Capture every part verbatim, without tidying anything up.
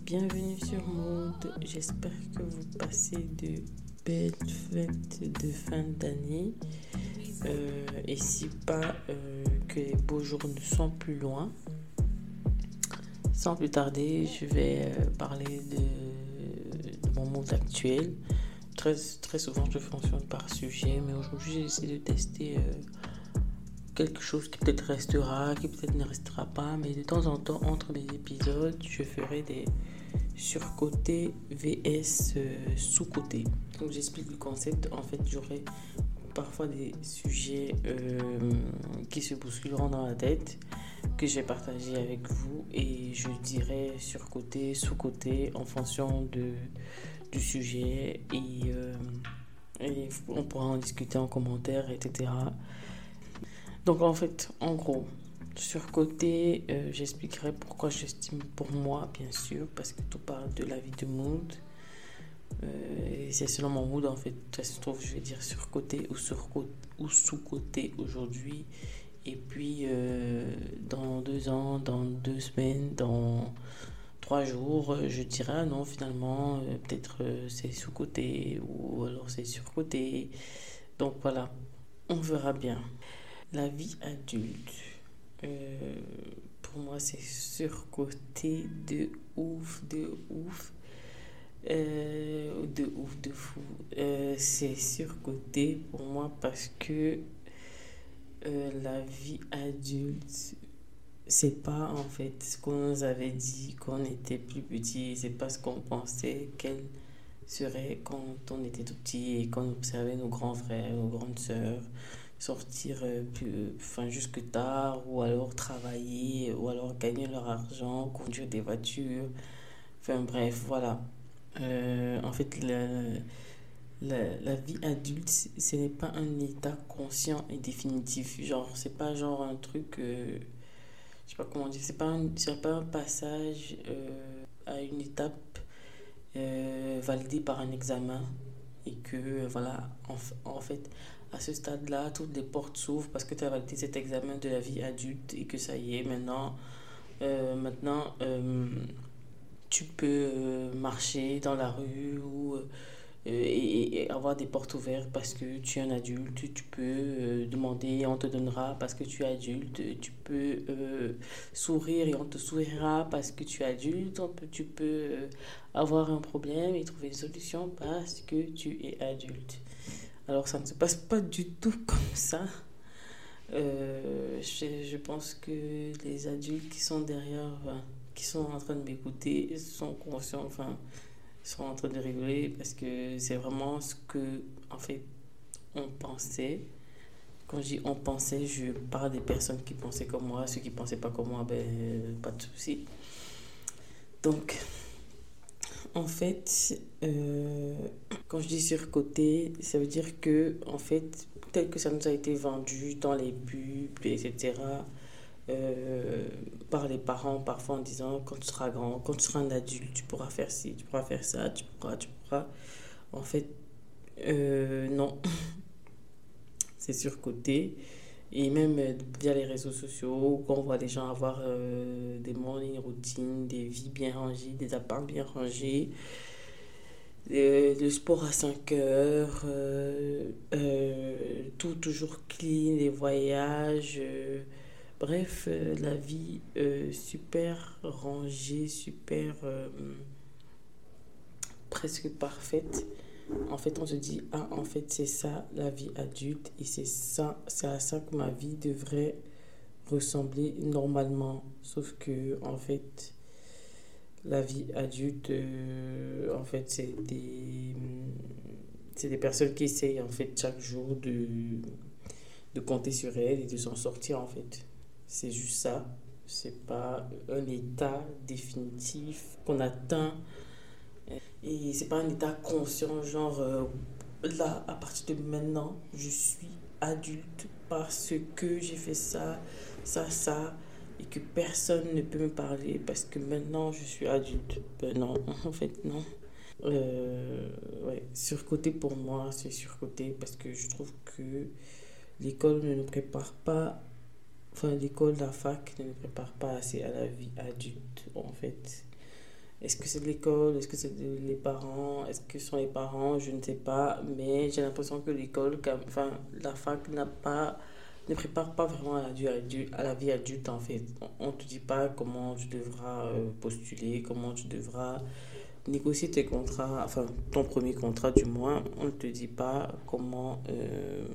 Bienvenue sur Mood. J'espère que vous passez de belles fêtes de fin d'année. Euh, et si pas, euh, que les beaux jours ne sont plus loin. Sans plus tarder, je vais euh, parler de, de mon monde actuel. Très, très souvent, je fonctionne par sujet, mais aujourd'hui, j'ai essayé de tester euh, quelque chose qui peut-être restera, qui peut-être ne restera pas. Mais de temps en temps, entre les épisodes, je ferai des surcotés vs euh, sous-cotés. Donc, j'explique le concept. En fait, j'aurai parfois des sujets euh, qui se bousculeront dans la tête, que j'ai partagé avec vous, et je dirai surcoté, sous-coté en fonction de, du sujet, et, euh, et on pourra en discuter en commentaire, et cetera. Donc en fait, en gros, surcoté, euh, j'expliquerai pourquoi j'estime pour moi, bien sûr, parce que tout parle de la vie de mood. Euh, et c'est selon mon mood, en fait. Ça se trouve, je vais dire surcoté ou, surcoté, ou sous-coté aujourd'hui. Et puis, euh, dans deux ans, dans deux semaines, dans trois jours, je dirais ah non, finalement, euh, peut-être euh, c'est sous-coté ou alors c'est surcoté. Donc voilà, on verra bien. La vie adulte, euh, pour moi, c'est surcoté de ouf, de ouf. Euh, de ouf, de fou. Euh, c'est surcoté pour moi parce que euh, la vie adulte, c'est pas en fait ce qu'on nous avait dit quand on était plus petit, c'est pas ce qu'on pensait qu'elle serait quand on était tout petit et qu'on observait nos grands frères, nos grandes sœurs sortir euh, plus, enfin, jusque tard, ou alors travailler, ou alors gagner leur argent, conduire des voitures, enfin bref, voilà. Euh, en fait, la, la, la vie adulte, ce n'est pas un état conscient et définitif. Genre, c'est pas genre un truc, euh, je sais pas comment dire, c'est pas un, c'est pas un passage euh, à une étape euh, validée par un examen. Et que, euh, voilà, en, en fait, à ce stade-là, toutes les portes s'ouvrent parce que tu as validé cet examen de la vie adulte et que ça y est, maintenant, euh, maintenant euh, tu peux euh, marcher dans la rue ou, euh, et, et avoir des portes ouvertes parce que tu es un adulte. Tu peux euh, demander, on te donnera parce que tu es adulte. Tu peux euh, sourire et on te sourira parce que tu es adulte. On peut, tu peux euh, avoir un problème et trouver une solution parce que tu es adulte. Alors ça ne se passe pas du tout comme ça. Euh, je, je pense que les adultes qui sont derrière, enfin, qui sont en train de m'écouter, sont conscients, enfin, sont en train de rigoler parce que c'est vraiment ce que, en fait, on pensait. Quand je dis on pensait, je parle des personnes qui pensaient comme moi. Ceux qui ne pensaient pas comme moi, ben, pas de souci. Donc, en fait, euh, quand je dis surcoté, ça veut dire que, en fait, tel que ça nous a été vendu dans les pubs, et cetera, euh, par les parents, parfois en disant quand tu seras grand, quand tu seras un adulte, tu pourras faire ci, tu pourras faire ça, tu pourras, tu pourras. En fait, euh, non, c'est surcoté. Et même euh, via les réseaux sociaux, quand on voit des gens avoir euh, des morning routines, des vies bien rangées, des apparts bien rangés, euh, le sport à cinq heures, euh, euh, tout toujours clean, les voyages, euh, bref, euh, la vie euh, super rangée, super euh, presque parfaite. En fait, on se dit, ah, en fait, c'est ça la vie adulte et c'est ça, c'est à ça que ma vie devrait ressembler normalement. Sauf que, en fait, la vie adulte, euh, en fait, c'est des, c'est des personnes qui essayent, en fait, chaque jour de, de compter sur elles et de s'en sortir, en fait. C'est juste ça. C'est pas un état définitif qu'on atteint. Et c'est pas un état conscient, genre, euh, là, à partir de maintenant, je suis adulte parce que j'ai fait ça, ça, ça, et que personne ne peut me parler parce que maintenant je suis adulte. Ben non, en fait, non. Euh, ouais, surcoté pour moi, c'est surcoté parce que je trouve que l'école ne nous prépare pas, enfin, l'école, la fac ne nous prépare pas assez à la vie adulte, en fait. Est-ce que c'est de l'école? Est-ce que c'est de- les parents? Est-ce que ce sont les parents? Je ne sais pas. Mais j'ai l'impression que l'école, comme- enfin, la fac n'a pas, ne prépare pas vraiment à la vie adulte, à la vie adulte en fait. On ne te dit pas comment tu devras euh, postuler, comment tu devras négocier tes contrats, enfin ton premier contrat du moins. On ne te dit pas comment euh,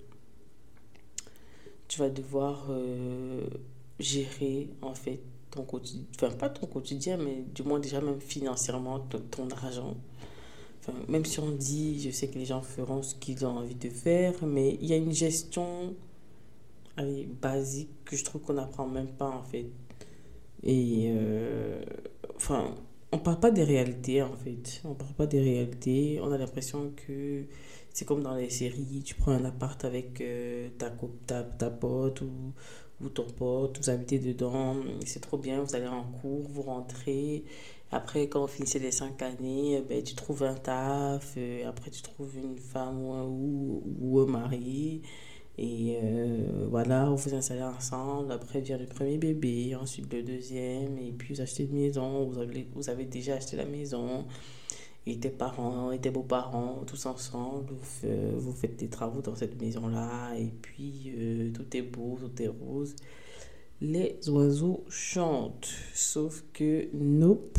tu vas devoir euh, gérer en fait ton quotidien, enfin pas ton quotidien, mais du moins déjà même financièrement ton, ton argent. Enfin, même si on dit, je sais que les gens feront ce qu'ils ont envie de faire, mais il y a une gestion allez, basique que je trouve qu'on n'apprend même pas en fait. Et euh, enfin, on parle pas des réalités en fait. On parle pas des réalités. On a l'impression que c'est comme dans les séries. Tu prends un appart avec euh, ta, co- ta, ta pote ou, ou ton pote, vous habitez dedans. C'est trop bien. Vous allez en cours, vous rentrez. Après, quand vous finissez les cinq années, eh ben, tu trouves un taf. euh, après, tu trouves une femme ou un, ou, ou un mari. Et euh, voilà, vous vous installez ensemble, après vient le premier bébé, ensuite le deuxième, et puis vous achetez une maison, vous avez, vous avez déjà acheté la maison, et tes parents et tes beaux-parents, tous ensemble, vous, fa- vous faites des travaux dans cette maison-là, et puis euh, tout est beau, tout est rose. Les oiseaux chantent, sauf que nope,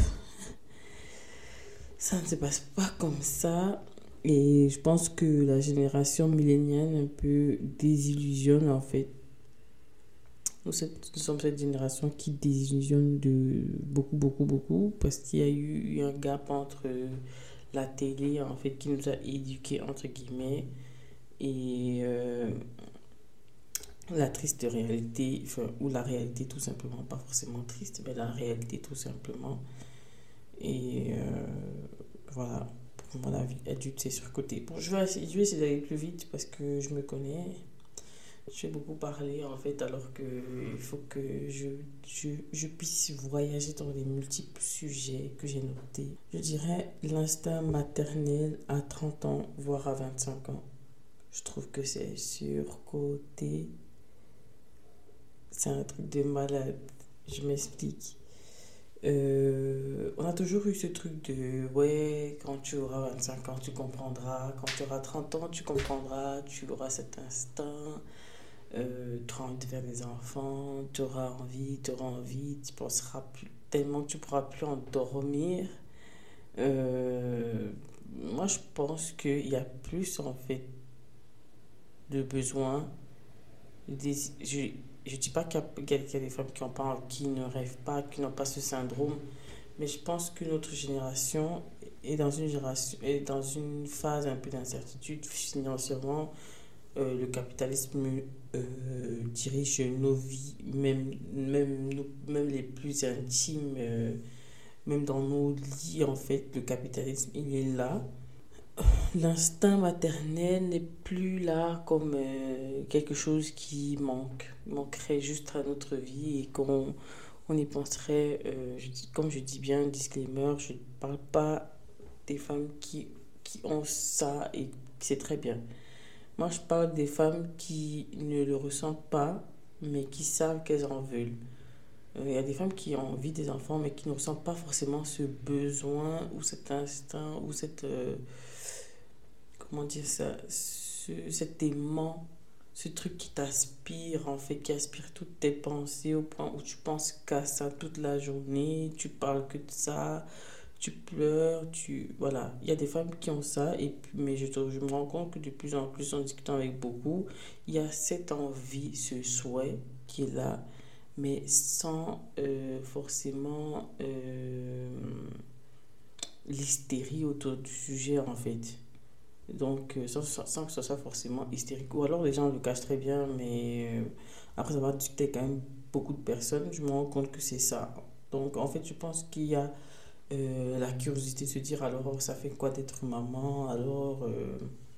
ça ne se passe pas comme ça. Et je pense que la génération milléniale un peu désillusionne en fait. Nous, cette- nous sommes cette génération qui désillusionne de beaucoup, beaucoup, beaucoup parce qu'il y a eu un gap entre la télé en fait qui nous a éduqués entre guillemets et euh, la triste réalité, enfin, ou la réalité tout simplement, pas forcément triste, mais la réalité tout simplement. Et euh, voilà, pour moi la vie adulte c'est surcoté. Bon, je vais essayer, je vais essayer d'aller plus vite parce que je me connais. Je vais beaucoup parler en fait alors que il faut que je, je, je puisse voyager dans les multiples sujets que j'ai notés. Je dirais l'instinct maternel à trente ans, voire à vingt-cinq ans. Je trouve que c'est surcoté. C'est un truc de malade. Je m'explique. Euh, on a toujours eu ce truc de ouais, quand tu auras vingt-cinq ans, tu comprendras. Quand tu auras trente ans, tu comprendras. Tu auras cet instinct. Euh, tu auras envie de faire des enfants, tu auras envie, tu auras envie, tu penseras plus, tellement que tu pourras plus endormir. Euh, Moi, je pense qu'il y a plus en fait de besoins. Des, je je dis pas qu'il y, a qu'il y a des femmes qui, ont pas, qui ne rêvent pas, qui n'ont pas ce syndrome, mais je pense que notre génération est dans une, génération, est dans une phase un peu d'incertitude financièrement. Euh, le capitalisme euh, dirige nos vies, même, même, nous- même les plus intimes, euh, même dans nos lits, en fait, le capitalisme, il est là. L'instinct maternel n'est plus là comme euh, quelque chose qui manque, manquerait juste à notre vie et qu'on on y penserait, euh, je dis- comme je dis bien, disclaimer, je ne parle pas des femmes qui, qui ont ça et c'est très bien. Moi, je parle des femmes qui ne le ressentent pas, mais qui savent qu'elles en veulent. Euh, Il y a des femmes qui ont envie des enfants, mais qui ne ressentent pas forcément ce besoin ou cet instinct ou cette... euh, comment dire ça? Ce- cet aimant, ce truc qui t'aspire, en fait, qui aspire toutes tes pensées au point où tu penses qu'à ça toute la journée, tu parles que de ça, tu pleures, tu... Voilà, il y a des femmes qui ont ça, et puis, mais je, je me rends compte que de plus en plus, en discutant avec beaucoup, il y a cette envie, ce souhait qui est là, mais sans euh, forcément euh, l'hystérie autour du sujet, en fait. Donc, euh, sans, sans- sans que ce soit forcément hystérique. Ou alors les gens le cachent très bien, mais euh, après avoir discuté avec quand même beaucoup de personnes, je me rends compte que c'est ça. Donc, en fait, je pense qu'il y a euh, la curiosité de se dire alors ça fait quoi d'être maman, alors euh,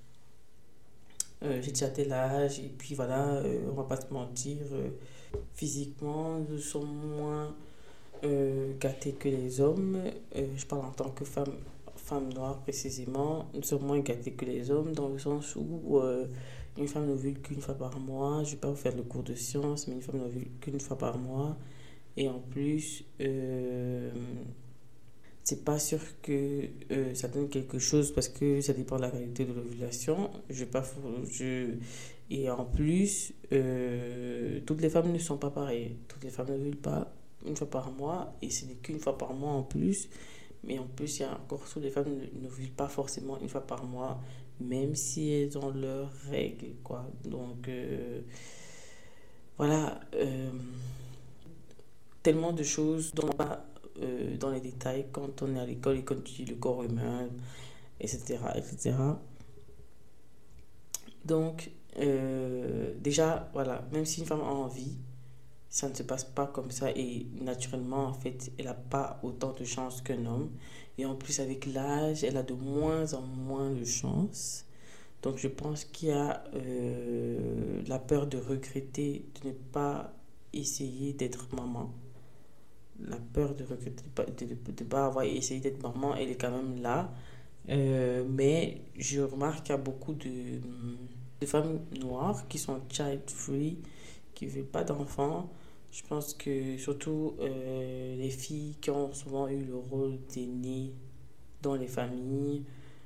euh, j'ai déjà tel âge, et puis voilà, euh, on va pas se mentir, euh, physiquement nous sommes moins euh, gâtés que les hommes. Euh, je parle en tant que femme, femme noire précisément, nous sommes moins gâtés que les hommes dans le sens où euh, une femme n'ovule qu'une fois par mois. Je vais pas vous faire le cours de sciences, mais une femme n'ovule qu'une fois par mois. Et en plus, euh, c'est pas sûr que euh, ça donne quelque chose parce que ça dépend de la qualité de l'ovulation. Je vais pas, je... Et en plus, euh, toutes les femmes ne sont pas pareilles. Toutes les femmes ne ovulent pas une fois par mois et ce n'est qu'une fois par mois en plus. Mais en plus, il y a encore toutes les femmes ne n'ovulent pas forcément une fois par mois, même si elles ont leurs règles, quoi. Donc, euh, voilà. Euh, tellement de choses dont on va pas euh, dans les détails quand on est à l'école et qu'on étudie le corps humain, et cetera, et cetera. Donc, euh, déjà, voilà, même si une femme a envie, ça ne se passe pas comme ça et naturellement, en fait, elle n'a pas autant de chance qu'un homme. Et en plus, avec l'âge, elle a de moins en moins de chance. Donc, je pense qu'il y a euh, la peur de regretter, de ne pas essayer d'être maman. La peur de regretter, de ne pas avoir essayé d'être maman, elle est quand même là. Euh, mais je remarque qu'il y a beaucoup de, de femmes noires qui sont child-free, qui ne veulent pas d'enfants. Je pense que surtout euh, les filles qui ont souvent eu le rôle d'aînée dans les familles,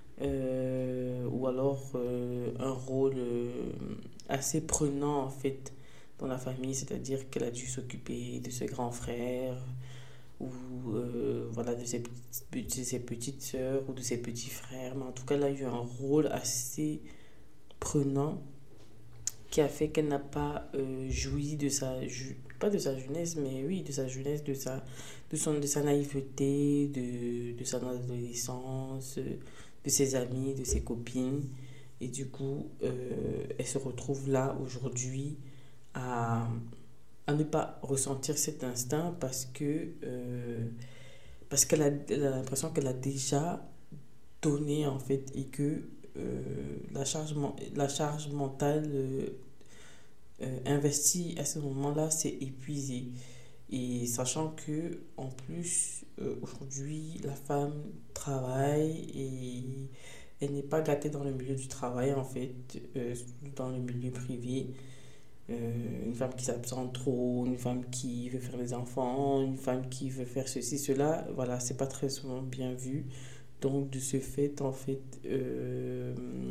euh, ou alors euh, un rôle euh, assez prenant en fait dans la famille, c'est-à-dire qu'elle a dû s'occuper de ses grands frères ou euh, voilà, de ses, petites- de ses petites sœurs ou de ses petits frères. Mais en tout cas, elle a eu un rôle assez prenant qui a fait qu'elle n'a pas euh, joui de sa, ju- pas de sa jeunesse, mais oui, de sa jeunesse, de sa, de son, de sa naïveté, de, de sa adolescence, euh, de ses amis, de ses copines. Et du coup, euh, elle se retrouve là aujourd'hui à, à ne pas ressentir cet instinct parce que euh, parce qu'elle a, elle a l'impression qu'elle a déjà donné en fait et que euh, la charge, la charge mentale euh, euh, investie à ce moment-là s'est épuisée. Et sachant que en plus euh, aujourd'hui la femme travaille et elle n'est pas gâtée dans le milieu du travail en fait, euh, dans le milieu privé. Euh, une femme qui s'absente trop, une femme qui veut faire des enfants, une femme qui veut faire ceci, cela, voilà, c'est pas très souvent bien vu. Donc, de ce fait, en fait, euh,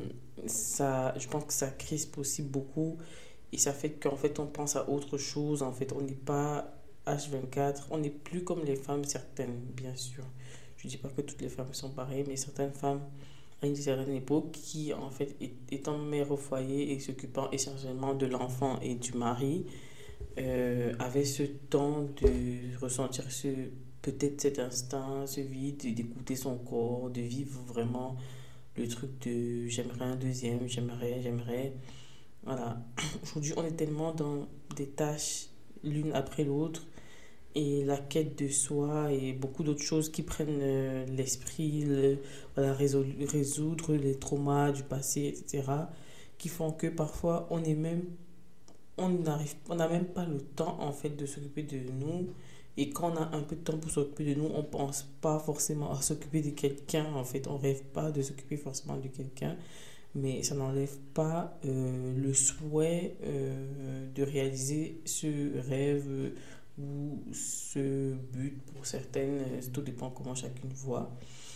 ça, je pense que ça crispe aussi beaucoup et ça fait qu'en fait, on pense à autre chose. En fait, on n'est pas H vingt-quatre, on n'est plus comme les femmes, certaines, bien sûr. Je dis pas que toutes les femmes sont pareilles, mais certaines femmes à une certaine époque qui, en fait, étant mère au foyer et s'occupant essentiellement de l'enfant et du mari, euh, avait ce temps de ressentir ce, peut-être cet instinct, ce vide, d'écouter son corps, de vivre vraiment le truc de j'aimerais un deuxième, j'aimerais, j'aimerais. Voilà. Aujourd'hui, on est tellement dans des tâches l'une après l'autre et la quête de soi et beaucoup d'autres choses qui prennent euh, l'esprit, le- voilà, résolu- résoudre les traumas du passé, et cetera, qui font que parfois on est même, on n'arrive, on n'a même pas le temps en fait de s'occuper de nous. Et quand on a un peu de temps pour s'occuper de nous, on pense pas forcément à s'occuper de quelqu'un. En fait, on rêve pas de s'occuper forcément de quelqu'un, mais ça n'enlève pas euh, le souhait euh, de réaliser ce rêve euh, ou ce but pour certaines, euh, tout dépend comment chacune voit.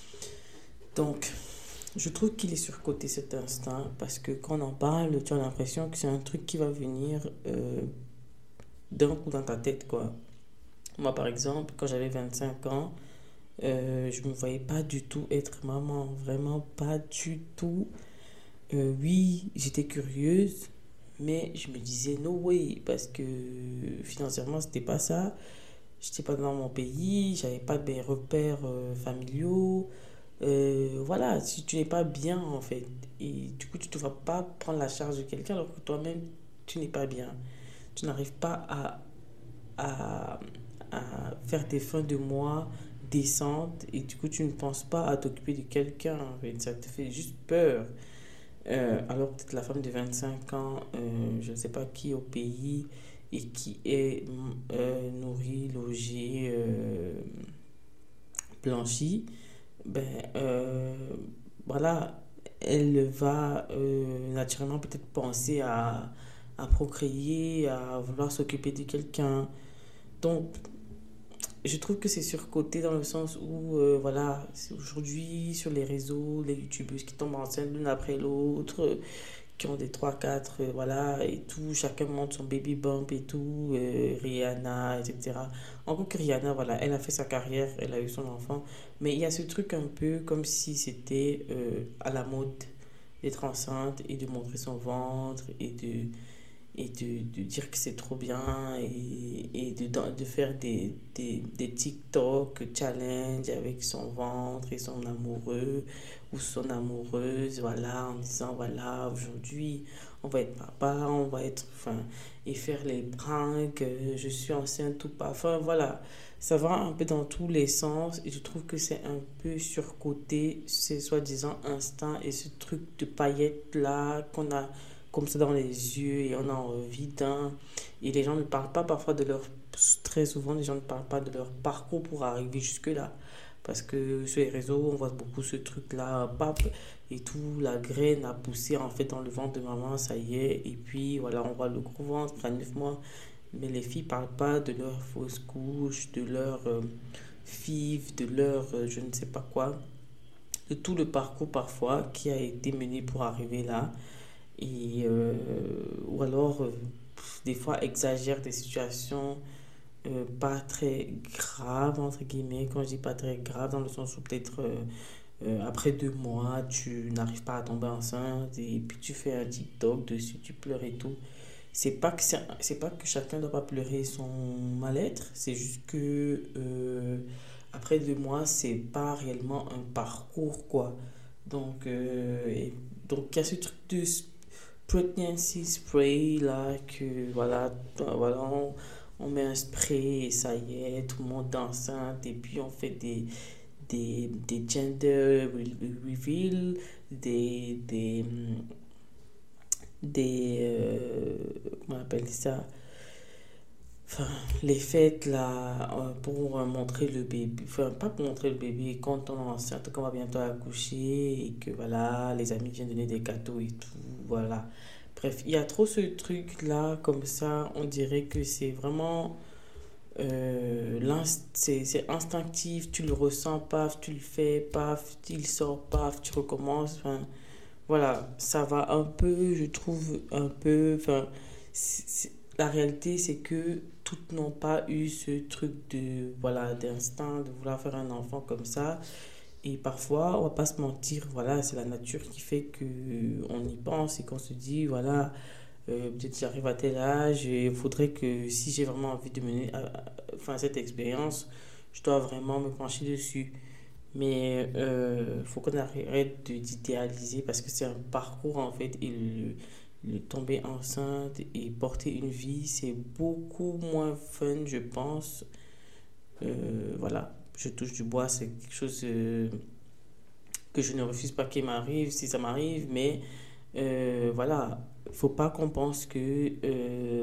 Donc, je trouve qu'il est surcoté cet instinct parce que quand on en parle, tu as l'impression que c'est un truc qui va venir euh, d'un coup dans ta tête, quoi. Moi, par exemple, quand j'avais vingt-cinq ans, euh, je ne me voyais pas du tout être maman, vraiment pas du tout. Euh, oui, j'étais curieuse, mais je me disais no way parce que financièrement, c'était pas ça. J'étais pas dans mon pays, j'avais pas de repères euh, familiaux. Euh, voilà, si tu n'es pas bien en fait, et du coup, tu ne vas pas prendre la charge de quelqu'un alors que toi-même, tu n'es pas bien. Tu n'arrives pas à, à, à faire tes fins de mois décentes et du coup, tu ne penses pas à t'occuper de quelqu'un en fait. Ça te fait juste peur. Euh, alors peut-être la femme de vingt-cinq ans, euh, je ne sais pas qui au pays, et qui est euh, nourrie, logée, euh, blanchie, ben euh, voilà, elle va euh, naturellement peut-être penser à, à procréer, à vouloir s'occuper de quelqu'un. Donc je trouve que c'est surcoté dans le sens où, euh, voilà, c'est aujourd'hui sur les réseaux, les youtubeuses qui tombent enceintes l'une après l'autre, euh, qui ont des trois quatre euh, voilà, et tout, chacun monte son baby bump et tout, euh, Rihanna, et cetera. Encore que Rihanna, voilà, elle a fait sa carrière, elle a eu son enfant, mais il y a ce truc un peu comme si c'était euh, à la mode d'être enceinte et de montrer son ventre et de et de, de dire que c'est trop bien et, et de, de faire des, des, des TikTok challenge avec son ventre et son amoureux ou son amoureuse, voilà, en disant voilà, aujourd'hui on va être papa, on va être, enfin, et faire les pranks, euh, je suis enceinte ou pas, enfin voilà, ça va un peu dans tous les sens et je trouve que c'est un peu surcoté, ces soi-disant instincts et ce truc de paillettes là qu'on a comme ça dans les yeux et on a envie d'un. Et les gens ne parlent pas parfois de leur. Très souvent, les gens ne parlent pas de leur parcours pour arriver jusque-là. Parce que sur les réseaux, on voit beaucoup ce truc-là, pap, et tout, la graine a poussé en fait dans le ventre de maman, ça y est. Et puis voilà, on voit le gros ventre à neuf mois. Mais les filles parlent pas de leur fausse couche, de leur euh, F I V, de leur euh, je ne sais pas quoi, de tout le parcours parfois qui a été mené pour arriver là et euh, ou alors euh, des fois exagère des situations euh, pas très graves entre guillemets. Quand je dis pas très grave, dans le sens où peut-être euh, euh, après deux mois tu n'arrives pas à tomber enceinte et puis tu fais un TikTok dessus, tu pleures et tout. C'est pas que c'est c'est pas que chacun doit pas pleurer son mal-être, c'est juste que euh, après deux mois c'est pas réellement un parcours quoi. Donc euh, et- donc il y a ce truc de pregnancy spray là que voilà, euh, voilà on, on met un spray et ça y est, tout le monde est enceinte et puis on fait des des, des gender reveal, des des hum, des euh, comment on appelle ça, enfin les fêtes là euh, pour euh, montrer le bébé, enfin pas pour montrer le bébé quand on est enceinte, qu'on va bientôt accoucher et que voilà les amis viennent donner des cadeaux et tout, voilà. Bref, il y a trop ce truc là comme ça, on dirait que c'est vraiment euh, l'inst- c'est c'est instinctif, tu le ressens, paf, tu le fais, paf, il sort, paf, tu recommences, enfin voilà, ça va un peu, je trouve, un peu. Enfin, c'est- c'est- la réalité, c'est que toutes n'ont pas eu ce truc de, voilà, d'instinct, de vouloir faire un enfant comme ça. Et parfois, on va pas se mentir, voilà, c'est la nature qui fait que on y pense et qu'on se dit, voilà, euh, peut-être j'arrive à tel âge et il faudrait que si j'ai vraiment envie de mener à- à- enfin, cette expérience, je dois vraiment me pencher dessus. Mais il faut qu'on arrête de- d'idéaliser parce que c'est un parcours en fait. Et le, le tomber enceinte et porter une vie, c'est beaucoup moins fun, je pense. Euh, voilà, je touche du bois, c'est quelque chose euh, que je ne refuse pas qu'il m'arrive si ça m'arrive. Mais euh, voilà, faut pas qu'on pense que euh,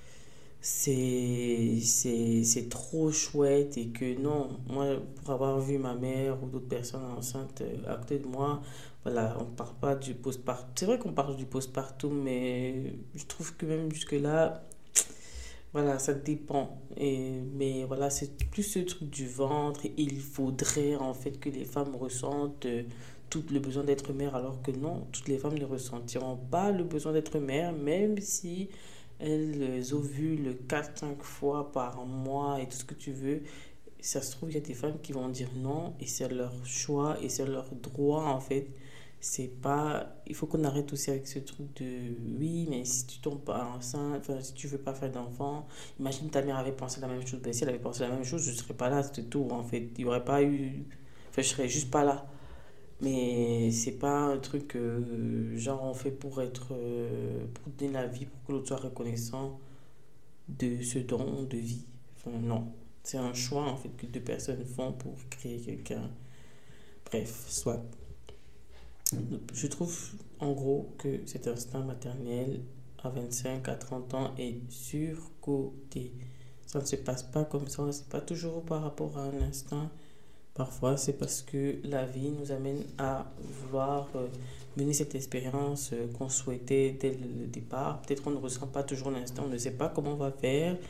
c'est c'est c'est trop chouette et que non, moi pour avoir vu ma mère ou d'autres personnes enceintes euh, à côté de moi, voilà, on parle pas du postpartum. C'est vrai qu'on parle du postpartum, mais je trouve que même jusque là, voilà, ça dépend. Et mais voilà, c'est plus ce truc du ventre. Il faudrait en fait que les femmes ressentent euh, tout le besoin d'être mère, alors que non, toutes les femmes ne ressentiront pas le besoin d'être mère, même si elles ovulent quatre cinq fois par mois et tout ce que tu veux. Ça se trouve, il y a des femmes qui vont dire non et c'est leur choix et c'est leur droit en fait. C'est pas. Il faut qu'on arrête aussi avec ce truc de oui, mais si tu tombes pas enceinte, enfin, si tu veux pas faire d'enfant, imagine ta mère avait pensé la même chose. Ben, si elle avait pensé la même chose, je serais pas là, c'était tout en fait. Il y aurait pas eu. Enfin, je serais juste pas là. Mais c'est pas un truc euh, genre on fait pour être. euh, pour donner la vie, pour que l'autre soit reconnaissant de ce don de vie. Enfin, non. C'est un choix en fait que deux personnes font pour créer quelqu'un. Bref, soit. Je trouve en gros que cet instinct maternel à vingt-cinq à trente ans est surcoté. Ça ne se passe pas comme ça, c'est pas toujours par rapport à un instinct. Parfois, c'est parce que la vie nous amène à vouloir euh, mener cette expérience euh, qu'on souhaitait dès le départ. Peut-être qu'on ne ressent pas toujours l'instant, on ne sait pas comment on va faire.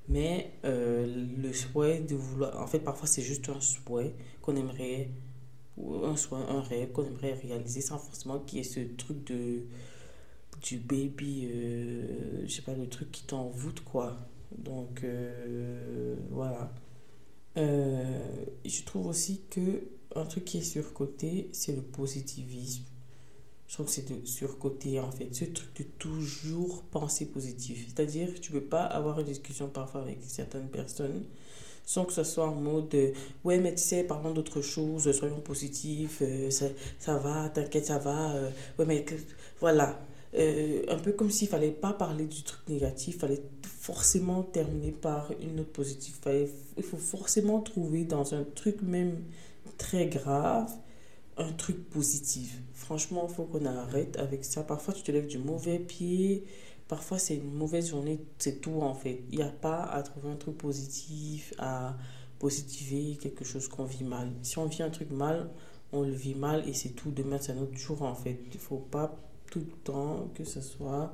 Mais euh, le souhait de vouloir... En fait, parfois, c'est juste un souhait qu'on aimerait, ou un souhait, un rêve qu'on aimerait réaliser sans forcément qu'il y ait ce truc de, du baby, euh, je sais pas, le truc qui t'envoûte, quoi. Donc, euh, voilà. Euh, je trouve aussi que un truc qui est surcoté, c'est le positivisme. Je trouve que c'est de surcoté en fait. Ce truc de toujours penser positif. C'est-à-dire que tu peux pas avoir une discussion parfois avec certaines personnes sans que ce soit en mode euh, ouais, mais tu sais, parlons d'autre chose, soyons positifs, euh, ça, ça va, t'inquiète, ça va. euh, ouais, mais que- voilà. Euh, un peu comme s'il fallait pas parler du truc négatif, il fallait forcément terminer par une note positive. Fallait- il faut forcément trouver dans un truc même très grave un truc positif. Franchement, il faut qu'on arrête avec ça. Parfois, tu te lèves du mauvais pied. Parfois, c'est une mauvaise journée. C'est tout, en fait. Il n'y a pas à trouver un truc positif, à positiver quelque chose qu'on vit mal. Si on vit un truc mal, on le vit mal et c'est tout. Demain, c'est un autre jour, en fait. Il ne faut pas tout le temps que ce soit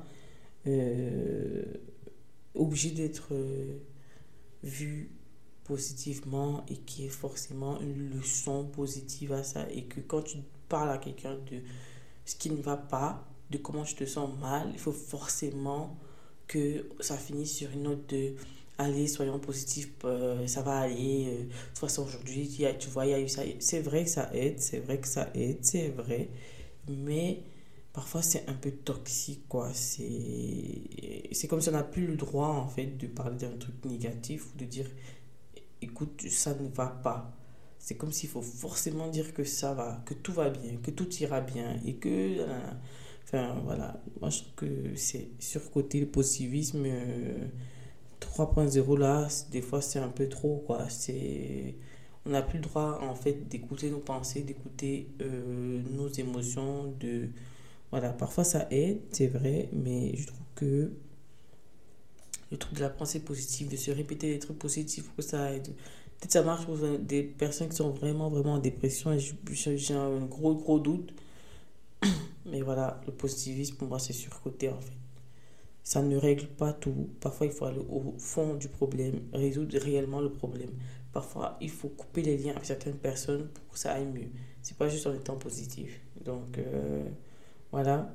euh, obligé d'être euh, vu positivement et qui est forcément une leçon positive à ça et que quand tu parles à quelqu'un de ce qui ne va pas, de comment tu te sens mal, il faut forcément que ça finisse sur une note de allez, soyons positifs, euh, ça va aller, euh, de toute façon aujourd'hui, il y a- tu vois, il y a eu ça. C'est vrai que ça aide, c'est vrai que ça aide, c'est vrai, mais parfois c'est un peu toxique, quoi. C'est c'est comme si on n'a plus le droit, en fait, de parler d'un truc négatif ou de dire écoute, ça ne va pas. C'est comme s'il faut forcément dire que ça va, que tout va bien, que tout ira bien et que... euh, enfin, voilà. Moi, je trouve que c'est surcoté le positivisme euh, trois point zéro là, c'est- des fois, c'est un peu trop, quoi. C'est... On n'a plus le droit, en fait, d'écouter nos pensées, d'écouter euh, nos émotions, de... Voilà, parfois ça aide, c'est vrai, mais je trouve que le truc de la pensée positive, de se répéter des trucs positifs pour que ça aide. Peut-être ça marche pour des personnes qui sont vraiment, vraiment en dépression et j'ai un gros, gros doute. Mais voilà, le positivisme, pour moi, c'est surcoté en fait. Ça ne règle pas tout. Parfois, il faut aller au fond du problème, résoudre réellement le problème. Parfois, il faut couper les liens avec certaines personnes pour que ça aille mieux. C'est pas juste en étant positif. Donc, euh, voilà.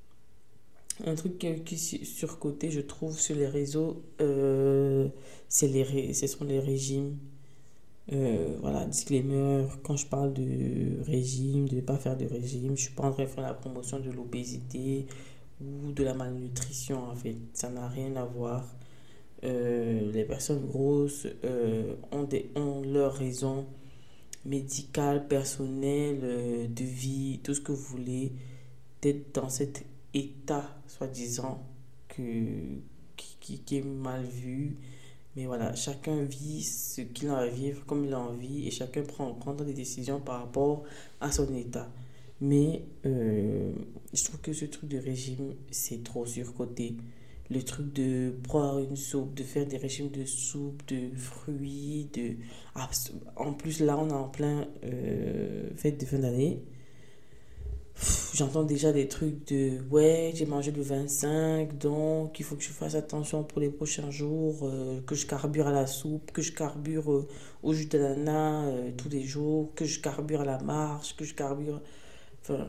Un truc qui est surcoté, je trouve, sur les réseaux, euh, c'est les ré- ce sont les régimes. Euh, voilà, disclaimer, quand je parle de régime, de ne pas faire de régime, je suis pas en train de faire la promotion de l'obésité ou de la malnutrition, en fait. Ça n'a rien à voir. Euh, les personnes grosses euh, ont, des, ont leurs raisons médicales, personnelles, euh, de vie, tout ce que vous voulez, d'être dans cet état, soi-disant, que, qui, qui, qui est mal vu. Mais voilà, chacun vit ce qu'il a à vivre comme il a envie et chacun prend, prend des décisions par rapport à son état. Mais euh, je trouve que ce truc de régime, c'est trop surcoté. Le truc de boire une soupe, de faire des régimes de soupe, de fruits, de... Ah, en plus, là, on est en plein euh, fête de fin d'année. J'entends déjà des trucs de ouais, j'ai mangé le vingt-cinq, donc il faut que je fasse attention pour les prochains jours, euh, que je carbure à la soupe, que je carbure euh, au jus d'ananas euh, tous les jours, que je carbure à la marche, que je carbure. Enfin,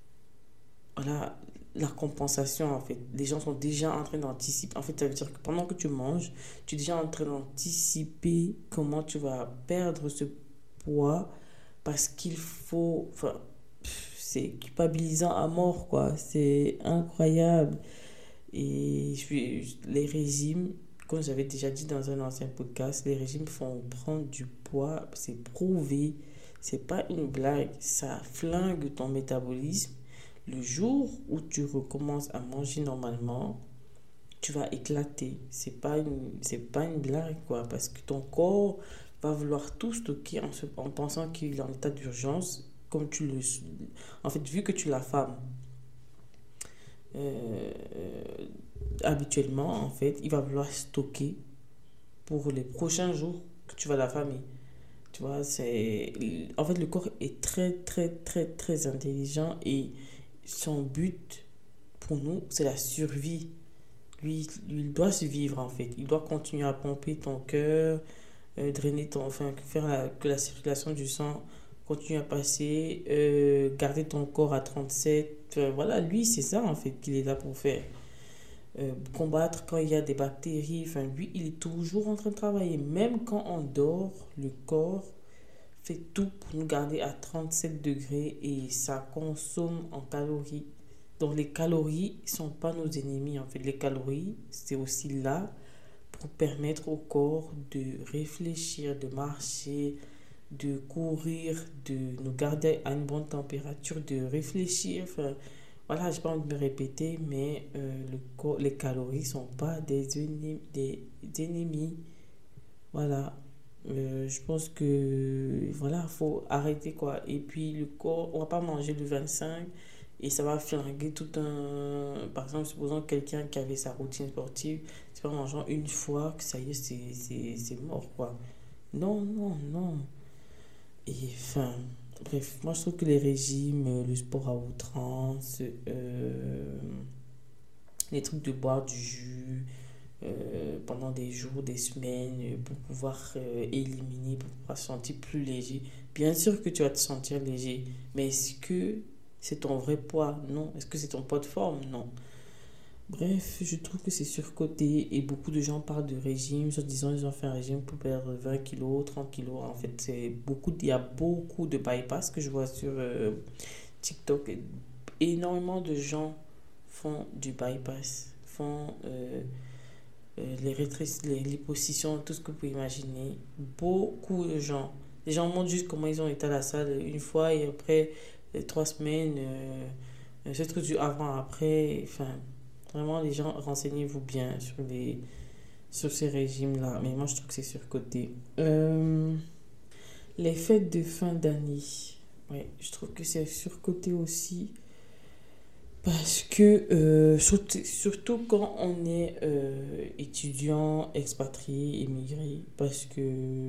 voilà, la compensation en fait. Les gens sont déjà en train d'anticiper. En fait, ça veut dire que pendant que tu manges, tu es déjà en train d'anticiper comment tu vas perdre ce poids parce qu'il faut. Enfin, c'est culpabilisant à mort, quoi. C'est incroyable. Et je suis, les régimes, comme j'avais déjà dit dans un ancien podcast, les régimes font prendre du poids, c'est prouvé. C'est pas une blague, ça flingue ton métabolisme. Le jour où tu recommences à manger normalement, tu vas éclater. C'est pas une, c'est pas une blague, quoi, parce que ton corps va vouloir tout stocker en, se- en pensant qu'il est en état d'urgence, comme tu le... En fait, vu que tu l'affames euh, euh, habituellement, en fait, il va vouloir stocker pour les prochains jours que tu vas l'affamer. Tu vois, c'est... En fait, le corps est très, très, très, très intelligent et son but, pour nous, c'est la survie. Lui, lui, il doit se vivre en fait. Il doit continuer à pomper ton cœur, euh, drainer ton, enfin, faire la- que la circulation du sang continue à passer, euh, garder ton corps à trente-sept. Enfin, voilà, lui, c'est ça en fait qu'il est là pour faire. Euh, combattre quand il y a des bactéries. Enfin, lui, il est toujours en train de travailler. Même quand on dort, le corps fait tout pour nous garder à trente-sept degrés et ça consomme en calories. Donc les calories ne sont pas nos ennemis en fait. Les calories, c'est aussi là pour permettre au corps de réfléchir, de marcher, de courir, de nous garder à une bonne température, de réfléchir. Enfin, voilà, j'ai pas envie de me répéter, mais euh, le corps, les calories sont pas des ennemis, des ennemis. Voilà. Euh, je pense que voilà, faut arrêter quoi. Et puis le corps, on va pas manger le vingt-cinq et ça va flinguer tout un. Par exemple, supposons quelqu'un qui avait sa routine sportive, c'est pas en mangeant une fois que ça y est, c'est c'est- c'est mort quoi. Non, non, non. Et enfin, bref, moi je trouve que les régimes, euh, le sport à outrance, euh, les trucs de boire du jus euh, pendant des jours, des semaines, euh, pour pouvoir euh, éliminer, pour pouvoir se sentir plus léger. Bien sûr que tu vas te sentir léger, mais est-ce que c'est ton vrai poids? Non. Est-ce que c'est ton poids de forme? Non. Bref, je trouve que c'est surcoté et beaucoup de gens parlent de régime, en disant qu'ils ont fait un régime pour perdre vingt kilos, trente kilos. En fait, c'est beaucoup, il y a beaucoup de bypass que je vois sur euh, TikTok. Énormément de gens font du bypass, font euh, euh, les rétrécissements, les liposuctions, tout ce que vous pouvez imaginer. Beaucoup de gens. Les gens montrent juste comment ils ont été à la salle une fois et après euh, trois semaines, euh, ce truc du avant-après. Enfin, vraiment, les gens, renseignez-vous bien sur, les, sur ces régimes-là. Mais moi, je trouve que c'est surcoté. Euh, les fêtes de fin d'année. Ouais, je trouve que c'est surcoté aussi. Parce que, euh, surtout, surtout quand on est euh, étudiant, expatrié, émigré, parce que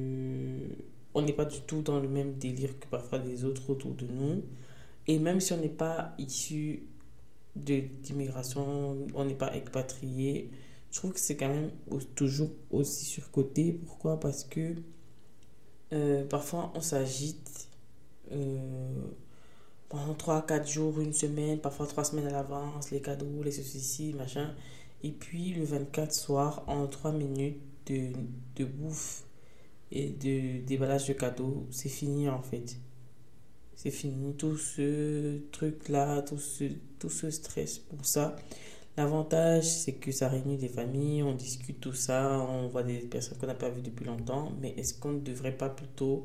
on n'est pas du tout dans le même délire que parfois les autres autour de nous. Et même si on n'est pas issu de, d'immigration, on n'est pas expatrié, je trouve que c'est quand même au- toujours aussi surcoté. Pourquoi? Parce que euh, parfois on s'agite. euh, Pendant trois quatre jours, une semaine, parfois trois semaines à l'avance, les cadeaux, les ceci, machin. Et puis le vingt-quatre soir, en trois minutes de, de bouffe et de déballage de cadeaux, c'est fini en fait. C'est fini, tout ce truc-là, tout ce, tout ce stress pour ça. L'avantage, c'est que ça réunit des familles, on discute tout ça, on voit des personnes qu'on n'a pas vues depuis longtemps. Mais est-ce qu'on ne devrait pas plutôt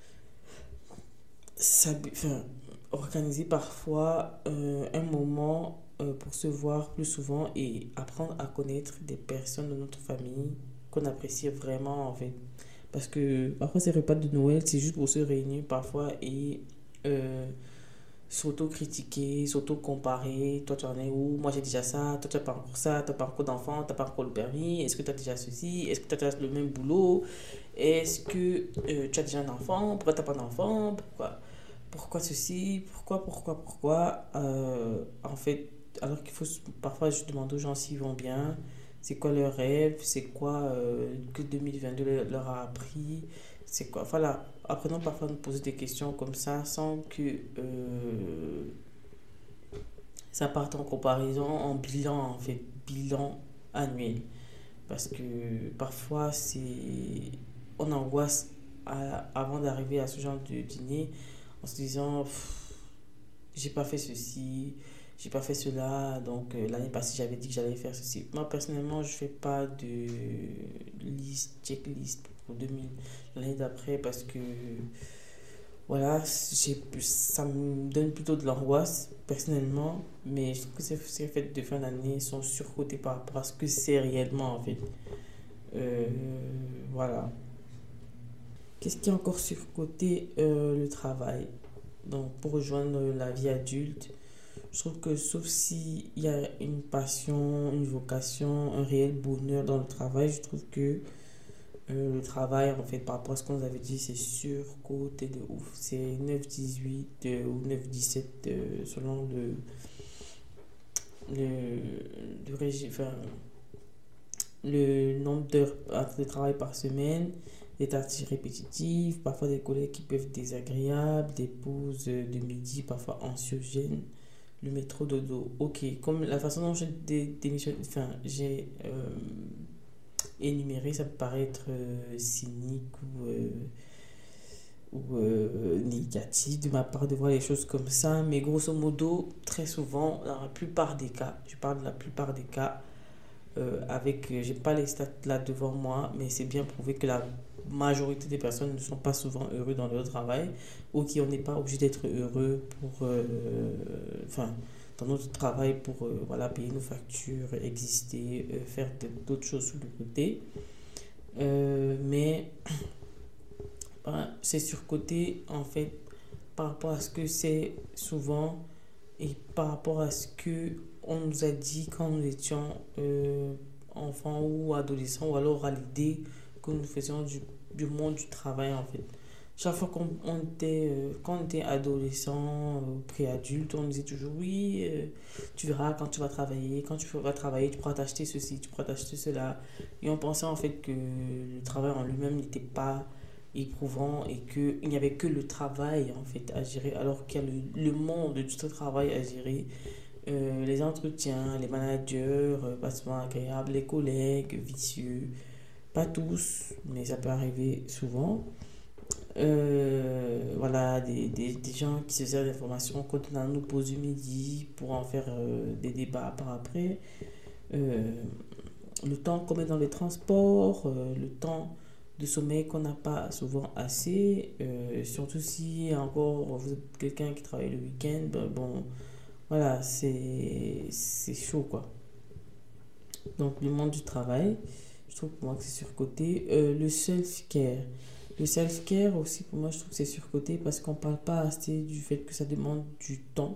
s'habi- enfin, organiser parfois euh, un moment euh, pour se voir plus souvent et apprendre à connaître des personnes de notre famille qu'on apprécie vraiment en fait. Parce que parfois ces repas de Noël, c'est juste pour se réunir parfois et euh, s'auto-critiquer, s'auto-comparer. Toi, tu en es où? Moi, j'ai déjà ça. Toi, tu n'as pas encore ça. Tu n'as pas encore d'enfant. Tu n'as pas encore le permis. Est-ce que tu as déjà ceci? Est-ce que tu as déjà le même boulot? Est-ce que euh, tu as déjà un enfant? Pourquoi tu n'as pas d'enfant? Pourquoi? Pourquoi ceci? Pourquoi, pourquoi, pourquoi? Euh, en fait, alors qu'il faut parfois juste demander aux gens s'ils vont bien. C'est quoi leur rêve? C'est quoi euh, que deux mille vingt-deux leur a appris? C'est quoi? Voilà, apprenons parfois à nous poser des questions comme ça sans que euh, ça parte en comparaison, en bilan en fait, bilan annuel. Parce que parfois c'est on angoisse à- avant d'arriver à ce genre de dîner en se disant pff, j'ai pas fait ceci, j'ai pas fait cela, donc euh, l'année passée j'avais dit que j'allais faire ceci. Moi personnellement je fais pas de liste, checklist pour deux mille l'année d'après parce que voilà, j'ai, ça me donne plutôt de l'angoisse personnellement, mais je trouve que ces, ces fêtes de fin d'année sont surcotées par rapport à ce que c'est réellement en fait. Euh, voilà. Qu'est-ce qui est encore surcoté? Euh, le travail. Donc pour rejoindre la vie adulte, je trouve que sauf s'il y a une passion, une vocation, un réel bonheur dans le travail, je trouve que euh, le travail, en fait, par rapport à ce qu'on nous avait dit, c'est surcoté de ouf. C'est neuf dix-huit euh, ou neuf dix-sept euh, selon le, le, le régime, enfin, le nombre d'heures de travail par semaine, des tâches répétitives, parfois des collègues qui peuvent être désagréables, des pauses de midi parfois anxiogènes, le métro dodo. Ok, comme la façon dont j'ai dé- démissionné, enfin, j'ai euh, énuméré, ça peut paraître euh, cynique ou, euh, ou euh, négatif de ma part de voir les choses comme ça, mais grosso modo, très souvent, dans la plupart des cas, je parle de la plupart des cas, euh, avec, euh, j'ai pas les stats là devant moi, mais c'est bien prouvé que la majorité des personnes ne sont pas souvent heureux dans leur travail ou qui on n'est pas obligé d'être heureux pour, euh, enfin, dans notre travail pour euh, voilà, payer nos factures, exister, euh, faire d'autres choses sur le côté. Euh, mais voilà, c'est surcoté en fait par rapport à ce que c'est souvent et par rapport à ce que on nous a dit quand nous étions euh, enfants ou adolescents ou alors à l'idée que nous faisions du, du monde du travail en fait. Chaque fois qu'on on était, euh, quand on était adolescent, euh, préadulte, on nous disait toujours oui, euh, tu verras quand tu vas travailler, quand tu vas travailler, tu pourras t'acheter ceci, tu pourras t'acheter cela. Et on pensait en fait que le travail en lui-même n'était pas éprouvant et qu'il n'y avait que le travail en fait à gérer alors qu'il y a le, le monde du travail à gérer. Euh, les entretiens, les managers, euh, pas souvent agréables, les collègues vicieux, pas tous, mais ça peut arriver souvent. Euh, voilà, des, des, des gens qui se servent d'informations quand on a nos pauses du midi pour en faire euh, des débats par après. Euh, le temps qu'on met dans les transports, euh, le temps de sommeil qu'on n'a pas souvent assez, euh, surtout si encore vous êtes quelqu'un qui travaille le week-end, ben bon, voilà, c'est c'est chaud quoi. Donc le monde du travail, je trouve pour moi que c'est surcoté. Euh, le self-care. Le self-care aussi pour moi je trouve que c'est surcoté parce qu'on parle pas assez du fait que ça demande du temps.